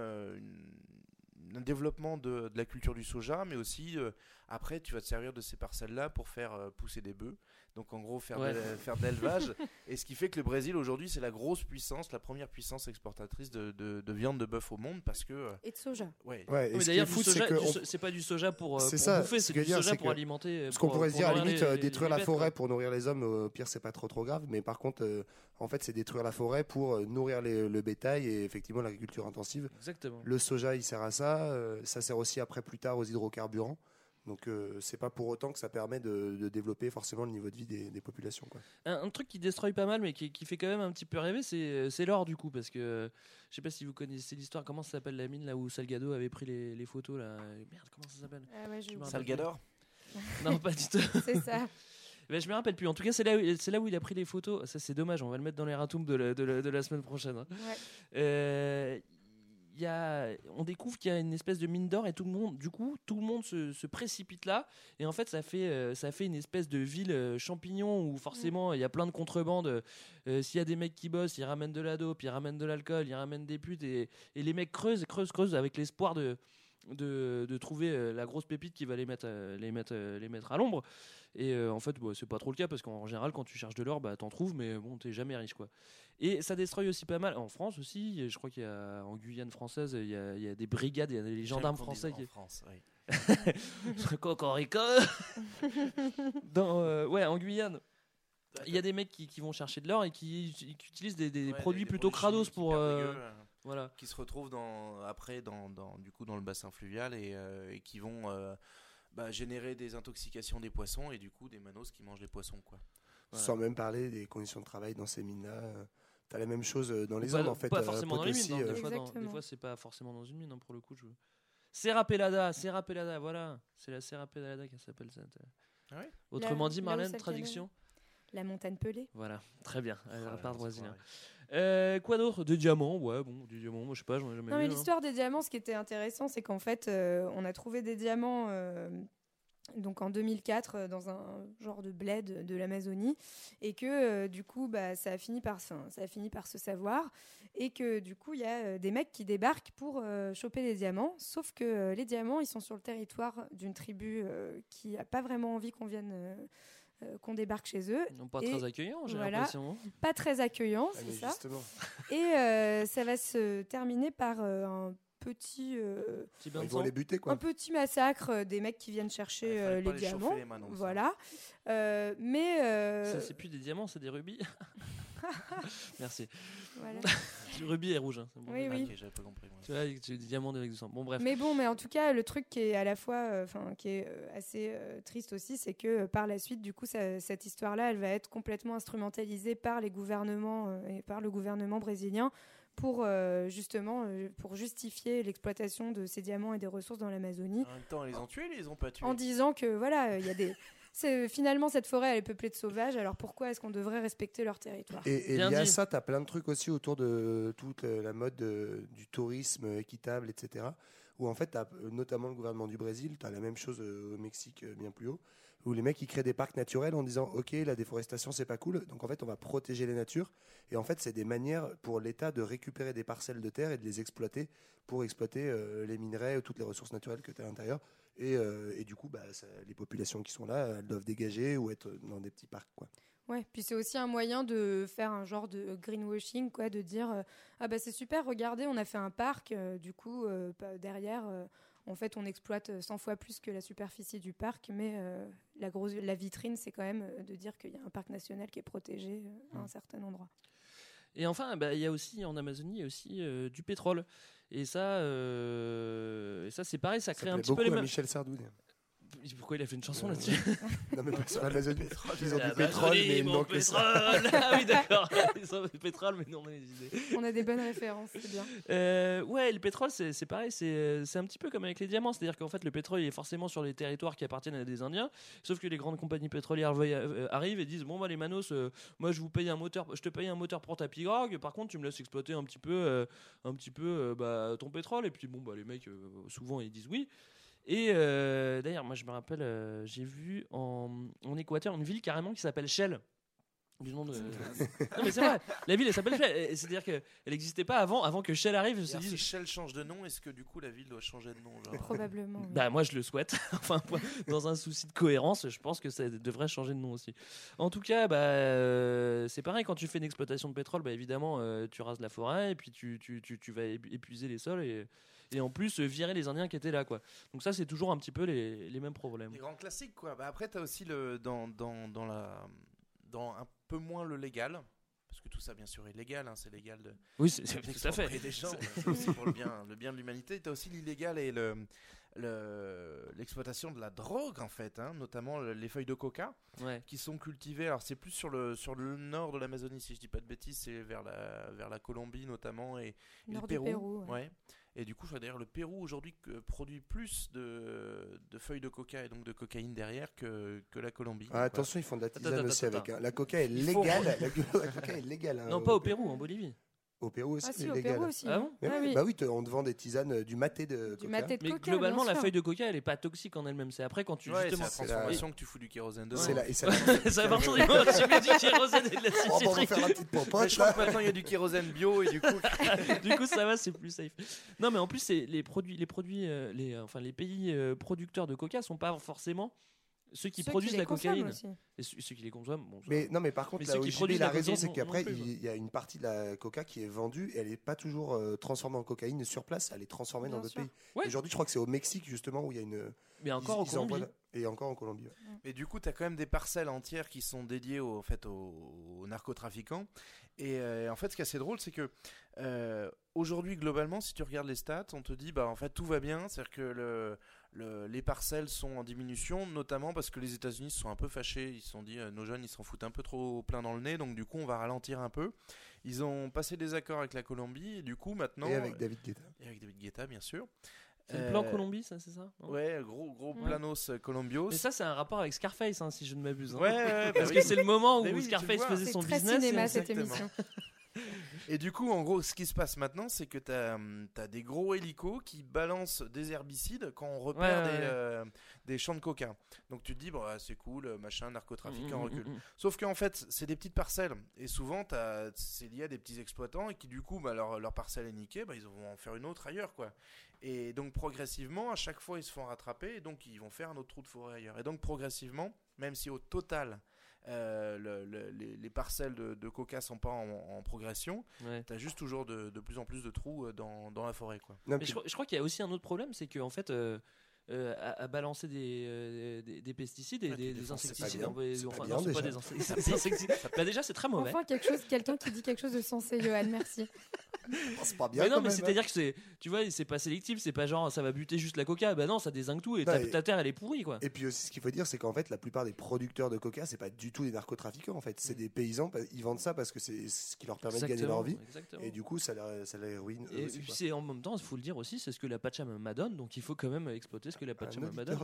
un développement de la culture du soja, mais aussi après tu vas te servir de ces parcelles là pour faire pousser des bœufs, donc en gros faire de l'élevage. Et ce qui fait que le Brésil aujourd'hui c'est la grosse puissance, la première puissance exportatrice de viande de bœuf au monde, parce que et de soja. Ouais, mais d'ailleurs c'est pas du soja pour bouffer, c'est du soja pour alimenter. Ce qu'on pourrait se dire à la limite détruire la forêt quoi. pour nourrir les hommes, au pire c'est pas trop grave, mais par contre en fait c'est détruire la forêt pour nourrir le bétail et effectivement l'agriculture intensive. Exactement. Le soja il sert à ça, ça sert aussi après plus tard aux hydrocarburants. Donc c'est pas pour autant que ça permet de développer forcément le niveau de vie des populations, quoi. Un truc qui destroy pas mal mais qui fait quand même un petit peu rêver, c'est l'or du coup, parce que je sais pas si vous connaissez l'histoire, comment ça s'appelle la mine là où Salgado avait pris les photos là. Merde, comment ça s'appelle? Salgador? Non, pas du tout. C'est ça. Je me rappelle plus. En tout cas, c'est là où il a pris les photos. Ça, c'est dommage. On va le mettre dans les ratoums de la semaine prochaine. Hein. Ouais. On découvre qu'il y a une espèce de mine d'or et tout le monde se précipite là, et en fait ça fait une espèce de ville champignon où forcément il y a plein de contrebande. S'il y a des mecs qui bossent, ils ramènent de la dope, ils ramènent de l'alcool, ils ramènent des putes, et les mecs creusent avec l'espoir de trouver la grosse pépite qui va les mettre à l'ombre. Et en fait c'est pas trop le cas, parce qu'en général quand tu cherches de l'or t'en trouves, mais bon, t'es jamais riche, quoi. Et ça destroy aussi pas mal en France aussi. Je crois qu'il y a en Guyane française, il y a des brigades, il y a des gendarmes français qui... en France, oui. Cocorico. En Guyane, il y a des mecs qui vont chercher de l'or et qui utilisent des produits plutôt crados pour voilà, qui se retrouvent dans le bassin fluvial et qui vont générer des intoxications des poissons et du coup des manos qui mangent les poissons, quoi. Voilà. Sans même parler des conditions de travail dans ces mines-là. T'as la même chose dans les zones, en fait. Pas forcément dans les mines. Des fois, c'est pas forcément dans une mine, pour le coup. Serra Pelada, voilà. C'est la Serra Pelada qui s'appelle ça. Ah ouais. Autrement dit, Marlène, traduction. La montagne pelée. Voilà, très bien. À part brésilien. Ouais. Quoi d'autre? Des diamants, ouais, bon, des diamants, moi je sais pas, j'en ai jamais Non, vu. mais l'histoire des diamants, ce qui était intéressant, c'est qu'en fait, on a trouvé des diamants donc en 2004 dans un genre de bled de l'Amazonie, et que du coup, ça a fini par se savoir, et que du coup, il y a des mecs qui débarquent pour choper les diamants, sauf que les diamants, ils sont sur le territoire d'une tribu qui a pas vraiment envie qu'on débarque chez eux. Non, pas très accueillant, j'ai voilà, l'impression. pas très accueillant, c'est ça. Justement. Et ça va se terminer par un petit Ils vont les buter, quoi. un petit massacre des mecs qui viennent chercher les diamants. Les mains, Voilà. Mais Ça, c'est plus des diamants, c'est des rubis. Merci. voilà. Le rubis est rouge. Hein, c'est bon. Oui, oui. Ok, j'avais pas compris. Tu vois, tu as des diamants avec du sang. Bon, bref. Mais bon, mais en tout cas, le truc qui est à la fois, qui est assez triste aussi, c'est que par la suite, du coup, cette histoire-là, elle va être complètement instrumentalisée par les gouvernements et par le gouvernement brésilien pour justement pour justifier l'exploitation de ces diamants et des ressources dans l'Amazonie. En même temps, ils les ont tués, ils les ont pas tués. En disant que voilà, il y a des finalement, cette forêt, elle est peuplée de sauvages, alors pourquoi est-ce qu'on devrait respecter leur territoire? Et Bien il y a dit. ça, tu as plein de trucs aussi autour de toute la mode du tourisme équitable, etc. Où en fait, tu as notamment le gouvernement du Brésil, tu as la même chose au Mexique, bien plus haut, où les mecs ils créent des parcs naturels en disant ok, la déforestation c'est pas cool, donc en fait on va protéger les natures. Et en fait, c'est des manières pour l'État de récupérer des parcelles de terre et de les exploiter pour exploiter les minerais ou toutes les ressources naturelles que tu as à l'intérieur. Et du coup, les populations qui sont là, elles doivent dégager ou être dans des petits parcs, quoi. Ouais, puis c'est aussi un moyen de faire un genre de greenwashing, quoi, de dire c'est super, regardez, on a fait un parc, du coup derrière en fait on exploite 100 fois plus que la superficie du parc, mais la vitrine c'est quand même de dire qu'il y a un parc national qui est protégé à un certain endroit. Et enfin, il y a aussi en Amazonie, il y a aussi du pétrole. Et ça c'est pareil, ça crée un petit peu les mêmes. Michel Sardou. Pourquoi il a fait une chanson là-dessus? Non, mais pas sur l'Amazonie. Ils ont Ah, du pétrole, mais il mon manque le sang. pétrole. Ah oui, d'accord. Ils ont du pétrole, mais non, on a les idées. On a des bonnes références, c'est bien. Ouais, le pétrole, c'est pareil, c'est un petit peu comme avec les diamants, c'est-à-dire qu'en fait, le pétrole il est forcément sur les territoires qui appartiennent à des Indiens, sauf que les grandes compagnies pétrolières arrivent et disent bon les manos, moi je te paye un moteur pour ta pirogue, par contre tu me laisses exploiter un petit peu ton pétrole, et puis les mecs souvent ils disent oui. Et d'ailleurs, moi je me rappelle, j'ai vu en Équateur une ville carrément qui s'appelle Shell. Du nom de... Non mais c'est vrai, la ville elle s'appelle Shell. C'est-à-dire qu'elle n'existait pas avant que Shell arrive. Si Shell change de nom, est-ce que du coup la ville doit changer de nom, genre Probablement. Oui. Moi je le souhaite. Enfin, dans un souci de cohérence, je pense que ça devrait changer de nom aussi. En tout cas, c'est pareil, quand tu fais une exploitation de pétrole, évidemment tu rases la forêt et puis tu vas épuiser les sols et en plus virer les Indiens qui étaient là, quoi. Donc ça c'est toujours un petit peu les mêmes problèmes. Les grands classiques, quoi. Après t'as aussi dans un peu moins le légal, parce que tout ça bien sûr est légal, hein, c'est légal de oui, c'est tout à fait des gens, c'est aussi pour le bien de l'humanité. T'as aussi l'illégal et l'exploitation de la drogue, en fait, hein, notamment les feuilles de coca, ouais, qui sont cultivées. Alors c'est plus sur le nord de l'Amazonie, si je dis pas de bêtises, c'est vers la Colombie notamment et le Pérou. Du Pérou, ouais. Et du coup, d'ailleurs, le Pérou aujourd'hui produit plus de feuilles de coca et donc de cocaïne derrière que la Colombie. Ah, attention, ils font de la tisane aussi avec. La coca est légale. La coca est légale. Non, pas au Pérou, en Bolivie. Au Pérou aussi, c'est c'est au légal. Pérou aussi. Ah bon? Oui, on te vend des tisanes, du maté de coca. Maté de mais coca, globalement, bien la sûr. feuille de coca, elle est pas toxique en elle-même. C'est après quand tu Ouais, justement. c'est la transformation que tu fous du kérosène dedans. Ça va partir du moment où tu mets du kérosène et de la On va citron. faire la petite Mais popote. je crois que maintenant il y a du kérosène bio et du coup. Du coup, ça va, c'est plus safe. Non, mais en plus, c'est les pays producteurs de coca sont pas forcément ceux qui produisent la cocaïne. Aussi. Et ceux qui les consomment, bon. Mais par contre, Mais là ceux où qui JB produisent a la raison, cocaïne c'est qu'après, non plus, il y a une partie de la coca qui est vendue et elle n'est pas toujours transformée en cocaïne sur place, elle est transformée dans d'autres pays. Ouais. Aujourd'hui, je crois que c'est au Mexique, justement, où il y a une. Mais encore ils en Colombie. Et encore en Colombie. Ouais. Mais du coup, tu as quand même des parcelles entières qui sont dédiées aux narcotrafiquants. Et en fait, ce qui est assez drôle, c'est que aujourd'hui, globalement, si tu regardes les stats, on te dit en fait tout va bien, c'est-à-dire que les parcelles sont en diminution, notamment parce que les États-Unis se sont un peu fâchés. Ils se sont dit nos jeunes ils s'en foutent un peu trop plein dans le nez, donc du coup on va ralentir un peu. Ils ont passé des accords avec la Colombie et du coup maintenant Et avec David Guetta. Et avec David Guetta, bien sûr. C'est le plan Colombie, ça, c'est ça? Non, ouais, gros planos colombios. Mais ça, c'est un rapport avec Scarface, si je ne m'abuse. Ouais, parce que c'est le moment où Scarface faisait son business. C'est très cinéma, cette émission. Et du coup, en gros, ce qui se passe maintenant, c'est que t'as des gros hélicos qui balancent des herbicides quand on repère des champs de coca. Donc tu te dis, c'est cool, machin, narcotrafic en recul. Sauf qu'en fait, c'est des petites parcelles. Et souvent, c'est lié à des petits exploitants et qui, du coup, leur parcelle est niquée, ils vont en faire une autre ailleurs, quoi. Et donc, progressivement, à chaque fois, ils se font rattraper et donc, ils vont faire un autre trou de forêt ailleurs. Et donc, progressivement, même si au total, les parcelles de coca sont pas en progression, t'as juste toujours de plus en plus de trous dans la forêt, quoi. Mais je crois qu'il y a aussi un autre problème, c'est qu'en fait à balancer des pesticides et des insecticides, déjà c'est très mauvais. Enfin quelqu'un qui dit quelque chose de sensé, Johan, merci. C'est pas bien. Mais non, mais c'est-à-dire que c'est pas sélectif, c'est pas genre ça va buter juste la coca, non, ça dézingue tout et ta terre elle est pourrie, quoi. Et puis aussi ce qu'il faut dire, c'est qu'en fait la plupart des producteurs de coca, c'est pas du tout des narcotrafiquants, en fait, c'est des paysans, ils vendent ça parce que c'est ce qui leur permet de gagner leur vie. Et du coup ça les ruine aussi, quoi. C'est en même temps, il faut le dire aussi, c'est ce que la Pachamama donne, donc il faut quand même exploiter ce que la Pachamama donne.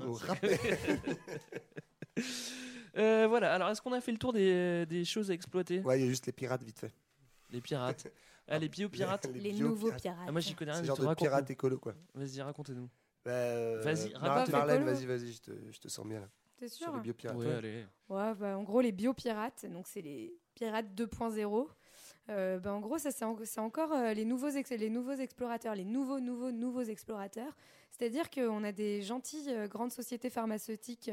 Voilà, alors est-ce qu'on a fait le tour des choses à exploiter? Ouais, il y a juste les pirates vite fait. Les pirates. Les biopirates. Les nouveaux pirates. Moi j'y connais rien. C'est genre de pirates écolo, quoi. Vas-y, racontez-nous. Vas-y, raconte. Marlène, vas-y, je te sens bien là. T'es sûr? Sur les biopirates. Ouais, allez. Ouais, en gros, les biopirates, donc c'est les pirates 2.0. En gros, ça c'est encore les nouveaux explorateurs, les nouveaux explorateurs. C'est-à-dire qu'on a des gentilles grandes sociétés pharmaceutiques,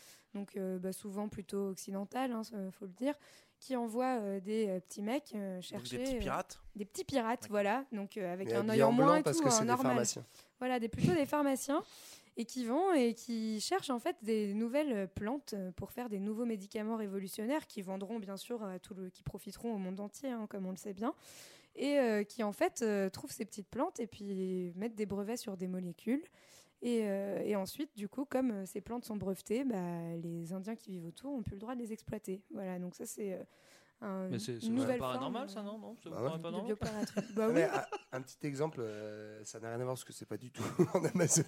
souvent plutôt occidentales, faut le dire, qui envoient des petits mecs chercher des petits pirates. Des petits pirates, voilà. Donc avec mais un œil en moins et parce tout, que c'est normal. des pharmaciens. Voilà, plutôt des pharmaciens. Et qui vont et qui cherchent en fait des nouvelles plantes pour faire des nouveaux médicaments révolutionnaires qui vendront bien sûr qui profiteront au monde entier, comme on le sait bien, et qui en fait trouvent ces petites plantes et puis mettent des brevets sur des molécules. Et ensuite, du coup, comme ces plantes sont brevetées, les Indiens qui vivent autour n'ont plus le droit de les exploiter. Voilà, donc ça c'est mais c'est pas normal, ça, non? Ça vous paraît pas normal? Oui. Un petit exemple, ça n'a rien à voir parce que c'est pas du tout en Amazonie.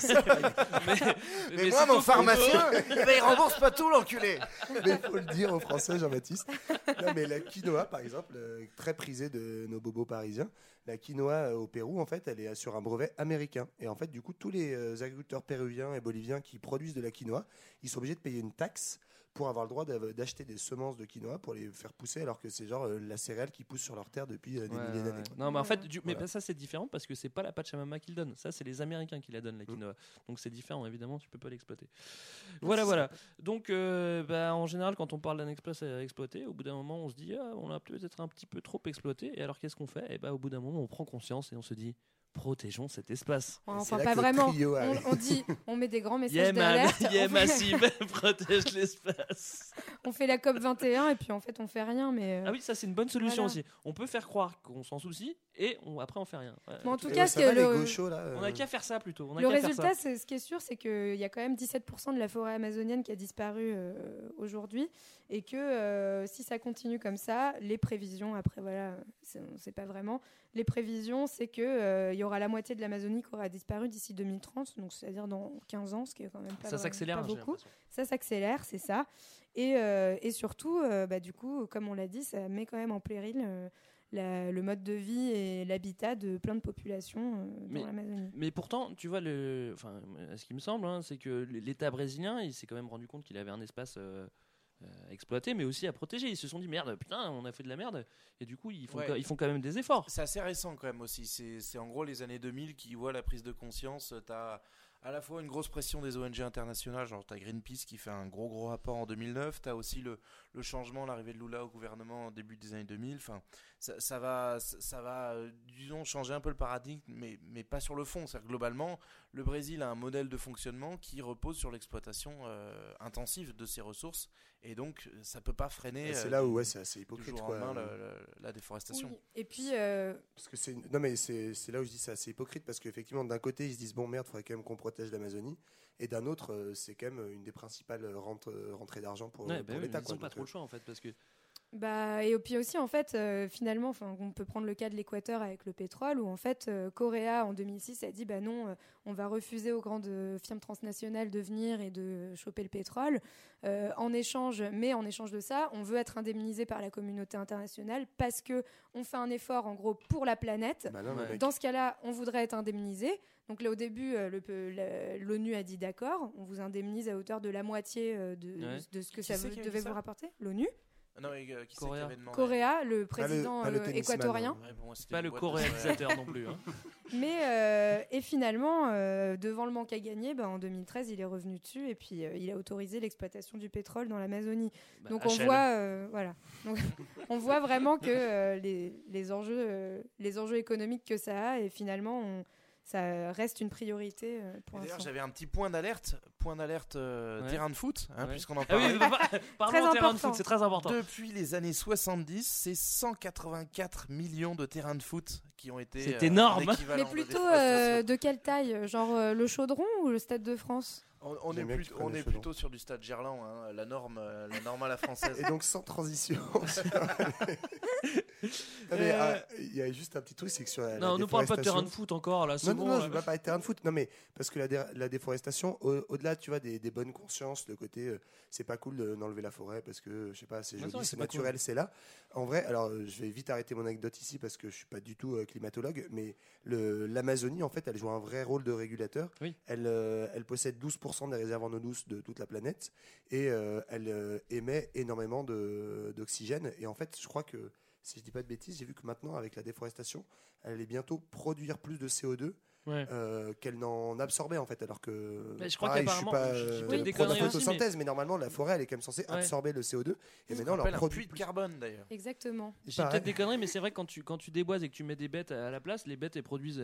mais moi, mon pharmacien, il rembourse pas tout, l'enculé. Mais il faut le dire aux Français, Jean-Baptiste. Non, mais la quinoa, par exemple, très prisée de nos bobos parisiens, la quinoa au Pérou, en fait, elle est sur un brevet américain. Et en fait, du coup, tous les agriculteurs péruviens et boliviens qui produisent de la quinoa, ils sont obligés de payer une taxe pour avoir le droit d'acheter des semences de quinoa pour les faire pousser, alors que c'est genre la céréale qui pousse sur leur terre depuis des milliers d'années. Non, mais en fait, ça c'est différent parce que c'est pas la Pachamama qui le donne. Ça, c'est les Américains qui la donnent, la quinoa. Donc c'est différent, évidemment, tu peux pas l'exploiter. Voilà. Donc, en général, quand on parle d'un espace à exploiter, au bout d'un moment, on se dit, on a peut-être un petit peu trop exploité. Et alors, qu'est-ce qu'on fait? Au bout d'un moment, on prend conscience et on se dit, protégeons cet espace. Enfin, pas vraiment. On met des grands messages d'alerte. Massive, protège l'espace. On fait la COP 21 et puis en fait on fait rien. Mais ah oui, ça c'est une bonne solution aussi. On peut faire croire qu'on s'en soucie et après on fait rien. Mais en tout cas, on a qu'à faire ça plutôt. Le résultat, ce qui est sûr, c'est qu'il y a quand même 17% de la forêt amazonienne qui a disparu aujourd'hui et que si ça continue comme ça, les prévisions, après voilà, on ne sait pas vraiment. Les prévisions, c'est qu'il y aura la moitié de l'Amazonie qui aura disparu d'ici 2030, donc c'est-à-dire dans 15 ans, ce qui est quand même pas beaucoup. Ça s'accélère, c'est ça. Et surtout, du coup, comme on l'a dit, ça met quand même en péril le mode de vie et l'habitat de plein de populations dans l'Amazonie. Mais pourtant, tu vois, ce qui me semble, c'est que l'État brésilien, il s'est quand même rendu compte qu'il avait un espace exploité, mais aussi à protéger. Ils se sont dit merde, putain, on a fait de la merde, et du coup ils font quand même des efforts. C'est assez récent quand même aussi. C'est en gros les années 2000 qui voient la prise de conscience. T'as à la fois une grosse pression des ONG internationales, genre t'as Greenpeace qui fait un gros rapport en 2009, t'as aussi le changement, l'arrivée de Lula au gouvernement au début des années 2000. Enfin, ça va, disons, changer un peu le paradigme, mais pas sur le fond. C'est-à-dire, globalement, le Brésil a un modèle de fonctionnement qui repose sur l'exploitation intensive de ses ressources, et donc ça peut pas freiner. C'est là où c'est assez hypocrite, du jour au lendemain, la déforestation. Oui. Et puis parce que c'est là où je dis c'est assez hypocrite, parce qu'effectivement d'un côté ils se disent bon merde, faudrait quand même qu'on protège l'Amazonie, et d'un autre c'est quand même une des principales rentrées d'argent pour l'État. Ils n'ont pas trop le choix en fait, parce que Et puis aussi, en fait, finalement, on peut prendre le cas de l'Équateur avec le pétrole, où en fait, Correa, en 2006, a dit non, on va refuser aux grandes firmes transnationales de venir et de choper le pétrole. En échange de ça, on veut être indemnisé par la communauté internationale parce qu'on fait un effort, en gros, pour la planète. Dans ce cas-là, on voudrait être indemnisé. Donc là, au début, l'ONU a dit d'accord, on vous indemnise à hauteur de la moitié de ce que ça devait vous rapporter. L'ONU. Non, mais qui c'est qui avait demandé Correa, le président équatorien. Pas le coréanisateur non plus. Hein. Mais et finalement, devant le manque à gagner, en 2013, il est revenu dessus et puis il a autorisé l'exploitation du pétrole dans l'Amazonie. Donc on voit, Donc, on voit vraiment que les enjeux économiques que ça a et finalement ça reste une priorité pour l'instant. D'ailleurs, j'avais un petit point d'alerte terrain de foot, puisqu'on en parle. Parlons terrain de foot, c'est très important. Depuis les années 70, c'est 184 millions de terrains de foot qui ont été. C'est énorme. Mais plutôt de quelle taille ? Genre le Chaudron ou le Stade de France ? On est plutôt sur du stade Gerland, la norme à la française. Et donc sans transition. Il y a juste un petit truc, c'est que sur la on ne parle pas de terrain de foot encore là. Non, je ne vais pas parler de terrain de foot. Non, mais parce que la déforestation, au-delà, tu vois, des bonnes consciences, le côté, c'est pas cool d'enlever la forêt parce que je sais pas, c'est joli, c'est naturel, cool. C'est là. En vrai, alors je vais vite arrêter mon anecdote ici parce que je suis pas du tout climatologue, mais l'Amazonie, en fait, elle joue un vrai rôle de régulateur. Oui. Elle possède 12% des réserves en eau douce de toute la planète et elle émet énormément d'oxygène. Et en fait, je crois que, si je dis pas de bêtises, j'ai vu que maintenant, avec la déforestation, elle allait bientôt produire plus de CO2 qu'elle n'en absorbait, en fait. Alors que, je crois qu'apparemment, je suis pas pro de la photosynthèse, mais normalement, la forêt, elle est quand même censée absorber le CO2. Et maintenant, elle en produit puits de carbone, d'ailleurs. Exactement. J'ai peut-être des conneries, mais c'est vrai que quand tu déboises et que tu mets des bêtes à la place, les bêtes, elles produisent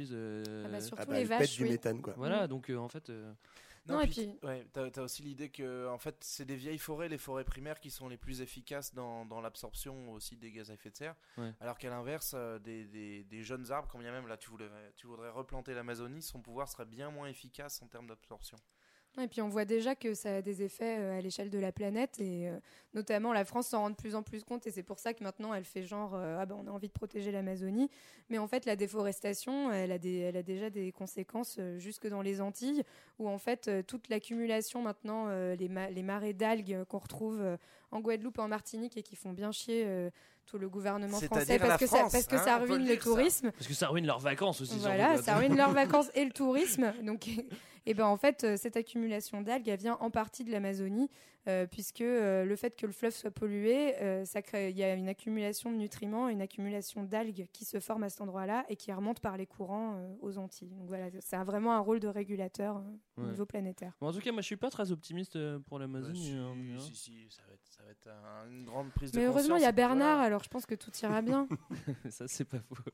surtout les vaches, du méthane, quoi. Voilà, donc en fait... Non, et puis t'as aussi l'idée que en fait c'est des vieilles forêts, les forêts primaires qui sont les plus efficaces dans l'absorption aussi des gaz à effet de serre, alors qu'à l'inverse des jeunes arbres, quand bien même là tu voudrais replanter l'Amazonie, son pouvoir serait bien moins efficace en termes d'absorption. Et puis on voit déjà que ça a des effets à l'échelle de la planète et notamment la France s'en rend de plus en plus compte et c'est pour ça que maintenant elle fait genre on a envie de protéger l'Amazonie, mais en fait la déforestation elle a déjà des conséquences jusque dans les Antilles où en fait toute l'accumulation maintenant les marées d'algues qu'on retrouve en Guadeloupe et en Martinique et qui font bien chier tout le gouvernement français parce que ça ruine le tourisme. Parce que ça ruine leurs vacances aussi. Voilà, ça ruine leurs vacances et le tourisme. Donc, et en fait, cette accumulation d'algues, elle vient en partie de l'Amazonie, puisque le fait que le fleuve soit pollué, il y a une accumulation de nutriments, une accumulation d'algues qui se forme à cet endroit-là et qui remonte par les courants aux Antilles. Donc voilà, ça a vraiment un rôle de régulateur au niveau planétaire. Bon, en tout cas, moi, je suis pas très optimiste pour l'Amazonie. Si, ça va être une grande prise de conscience. Mais heureusement, il y a Bernard, alors je pense que tout ira bien. Ça, c'est pas faux.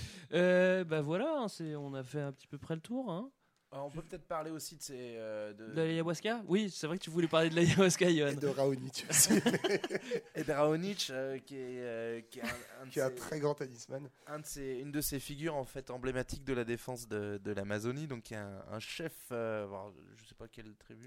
Voilà, on a fait un petit peu près le tour. Hein. On peut peut-être parler aussi de l'ayahuasca. Oui, c'est vrai que tu voulais parler de l'ayahuasca, Yohan. Et de Raonic aussi. Et de Raonic, qui est un très grand talisman. Une de ces figures en fait emblématiques de la défense de l'Amazonie. Donc, il y a un chef, je sais pas quelle tribu.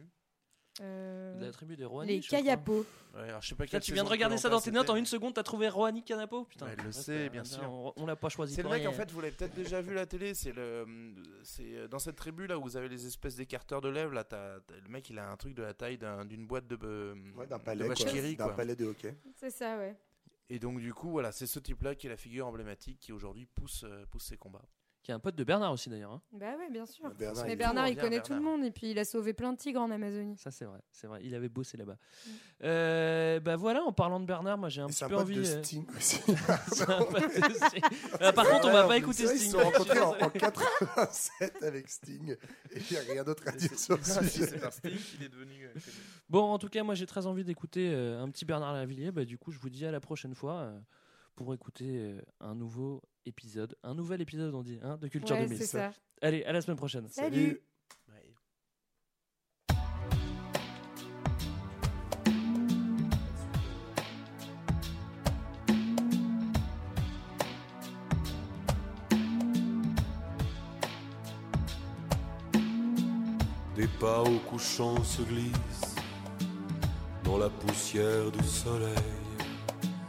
La tribu des Roani. Les Kayapo. Je sais pas tu viens de regarder ça dans tes notes en une seconde, t'as trouvé Roani Kanapo. Putain, elle le sait, bien sûr. On l'a pas choisi. C'est le mec, en fait, vous l'avez peut-être déjà vu à la télé. C'est dans cette tribu là où vous avez les espèces d'écarteurs de lèvres. Là, le mec, il a un truc de la taille d'une boîte d'un palais de hockey. C'est ça, ouais. Et donc, du coup, voilà, c'est ce type-là qui est la figure emblématique qui aujourd'hui pousse ses combats. Qui est un pote de Bernard aussi d'ailleurs. Hein. Bah ouais, bien sûr. Mais Bernard, il connaît tout le monde et puis il a sauvé plein de tigres en Amazonie. Ça c'est vrai. Il avait bossé là-bas. Voilà, en parlant de Bernard, moi j'ai un petit peu envie. C'est un pote de Sting aussi. Par contre, on va pas écouter Sting. Ils se sont rencontrés en 87 avec Sting et il n'y a rien d'autre à dire sur ce sujet. C'est par Sting qu'il est devenu. Bon, en tout cas, moi j'ai très envie d'écouter un petit Bernard Lavilliers. Du coup, je vous dis à la prochaine fois pour écouter un nouvel épisode, on dit, de Culture 2000. C'est ça. Allez, à la semaine prochaine. Salut. Des pas au couchant se glissent dans la poussière du soleil.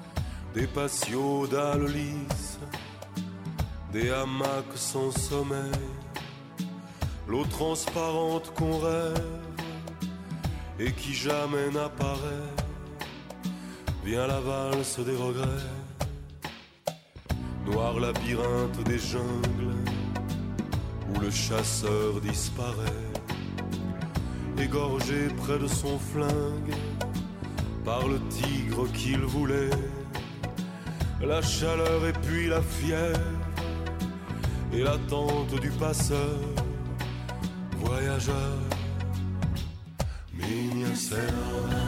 des patios dalles lisses, des hamacs sans sommeil, l'eau transparente qu'on rêve et qui jamais n'apparaît. Vient la valse des regrets, noir labyrinthe des jungles où le chasseur disparaît, égorgé près de son flingue par le tigre qu'il voulait. La chaleur et puis la fièvre et l'attente du passeur, voyageur, minha selva.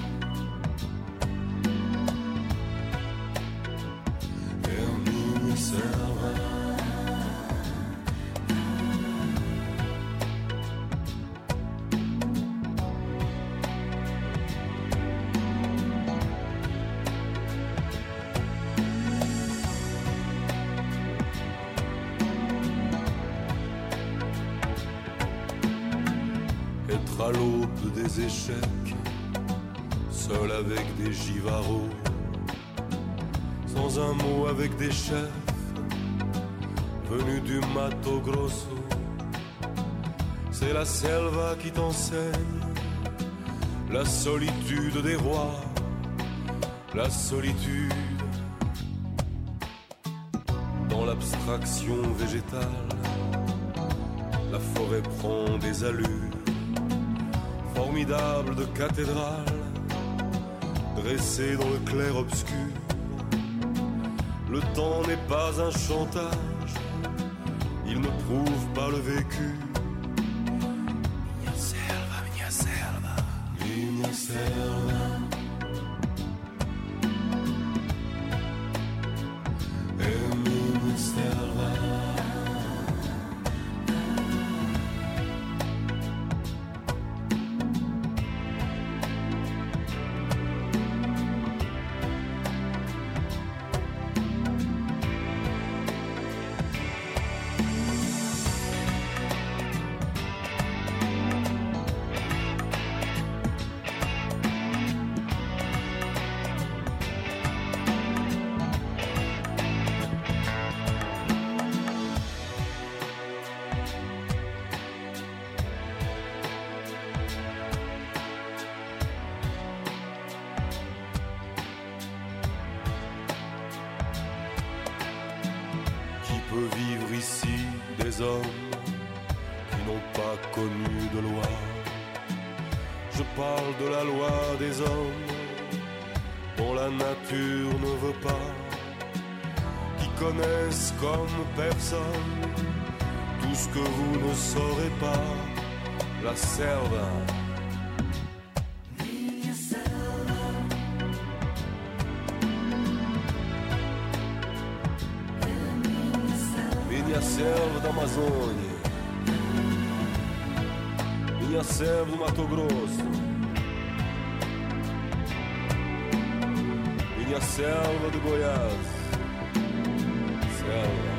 Être à l'aube des échecs, seul avec des givarots, sans un mot avec des chefs venus du Mato Grosso. C'est la selva qui t'enseigne la solitude des rois, la solitude dans l'abstraction végétale. La forêt prend des allures formidables de cathédrale, dressée dans le clair-obscur. Le temps n'est pas un chantage, il ne prouve pas le vécu. Minha selva, minha selva, minha selva. É minha selva. Vivre ici des hommes qui n'ont pas connu de loi. Je parle de la loi des hommes dont la nature ne veut pas, qui connaissent comme personne tout ce que vous ne saurez pas. La selva. Minha selva da Amazônia, minha selva do Mato Grosso, minha selva do Goiás, selva.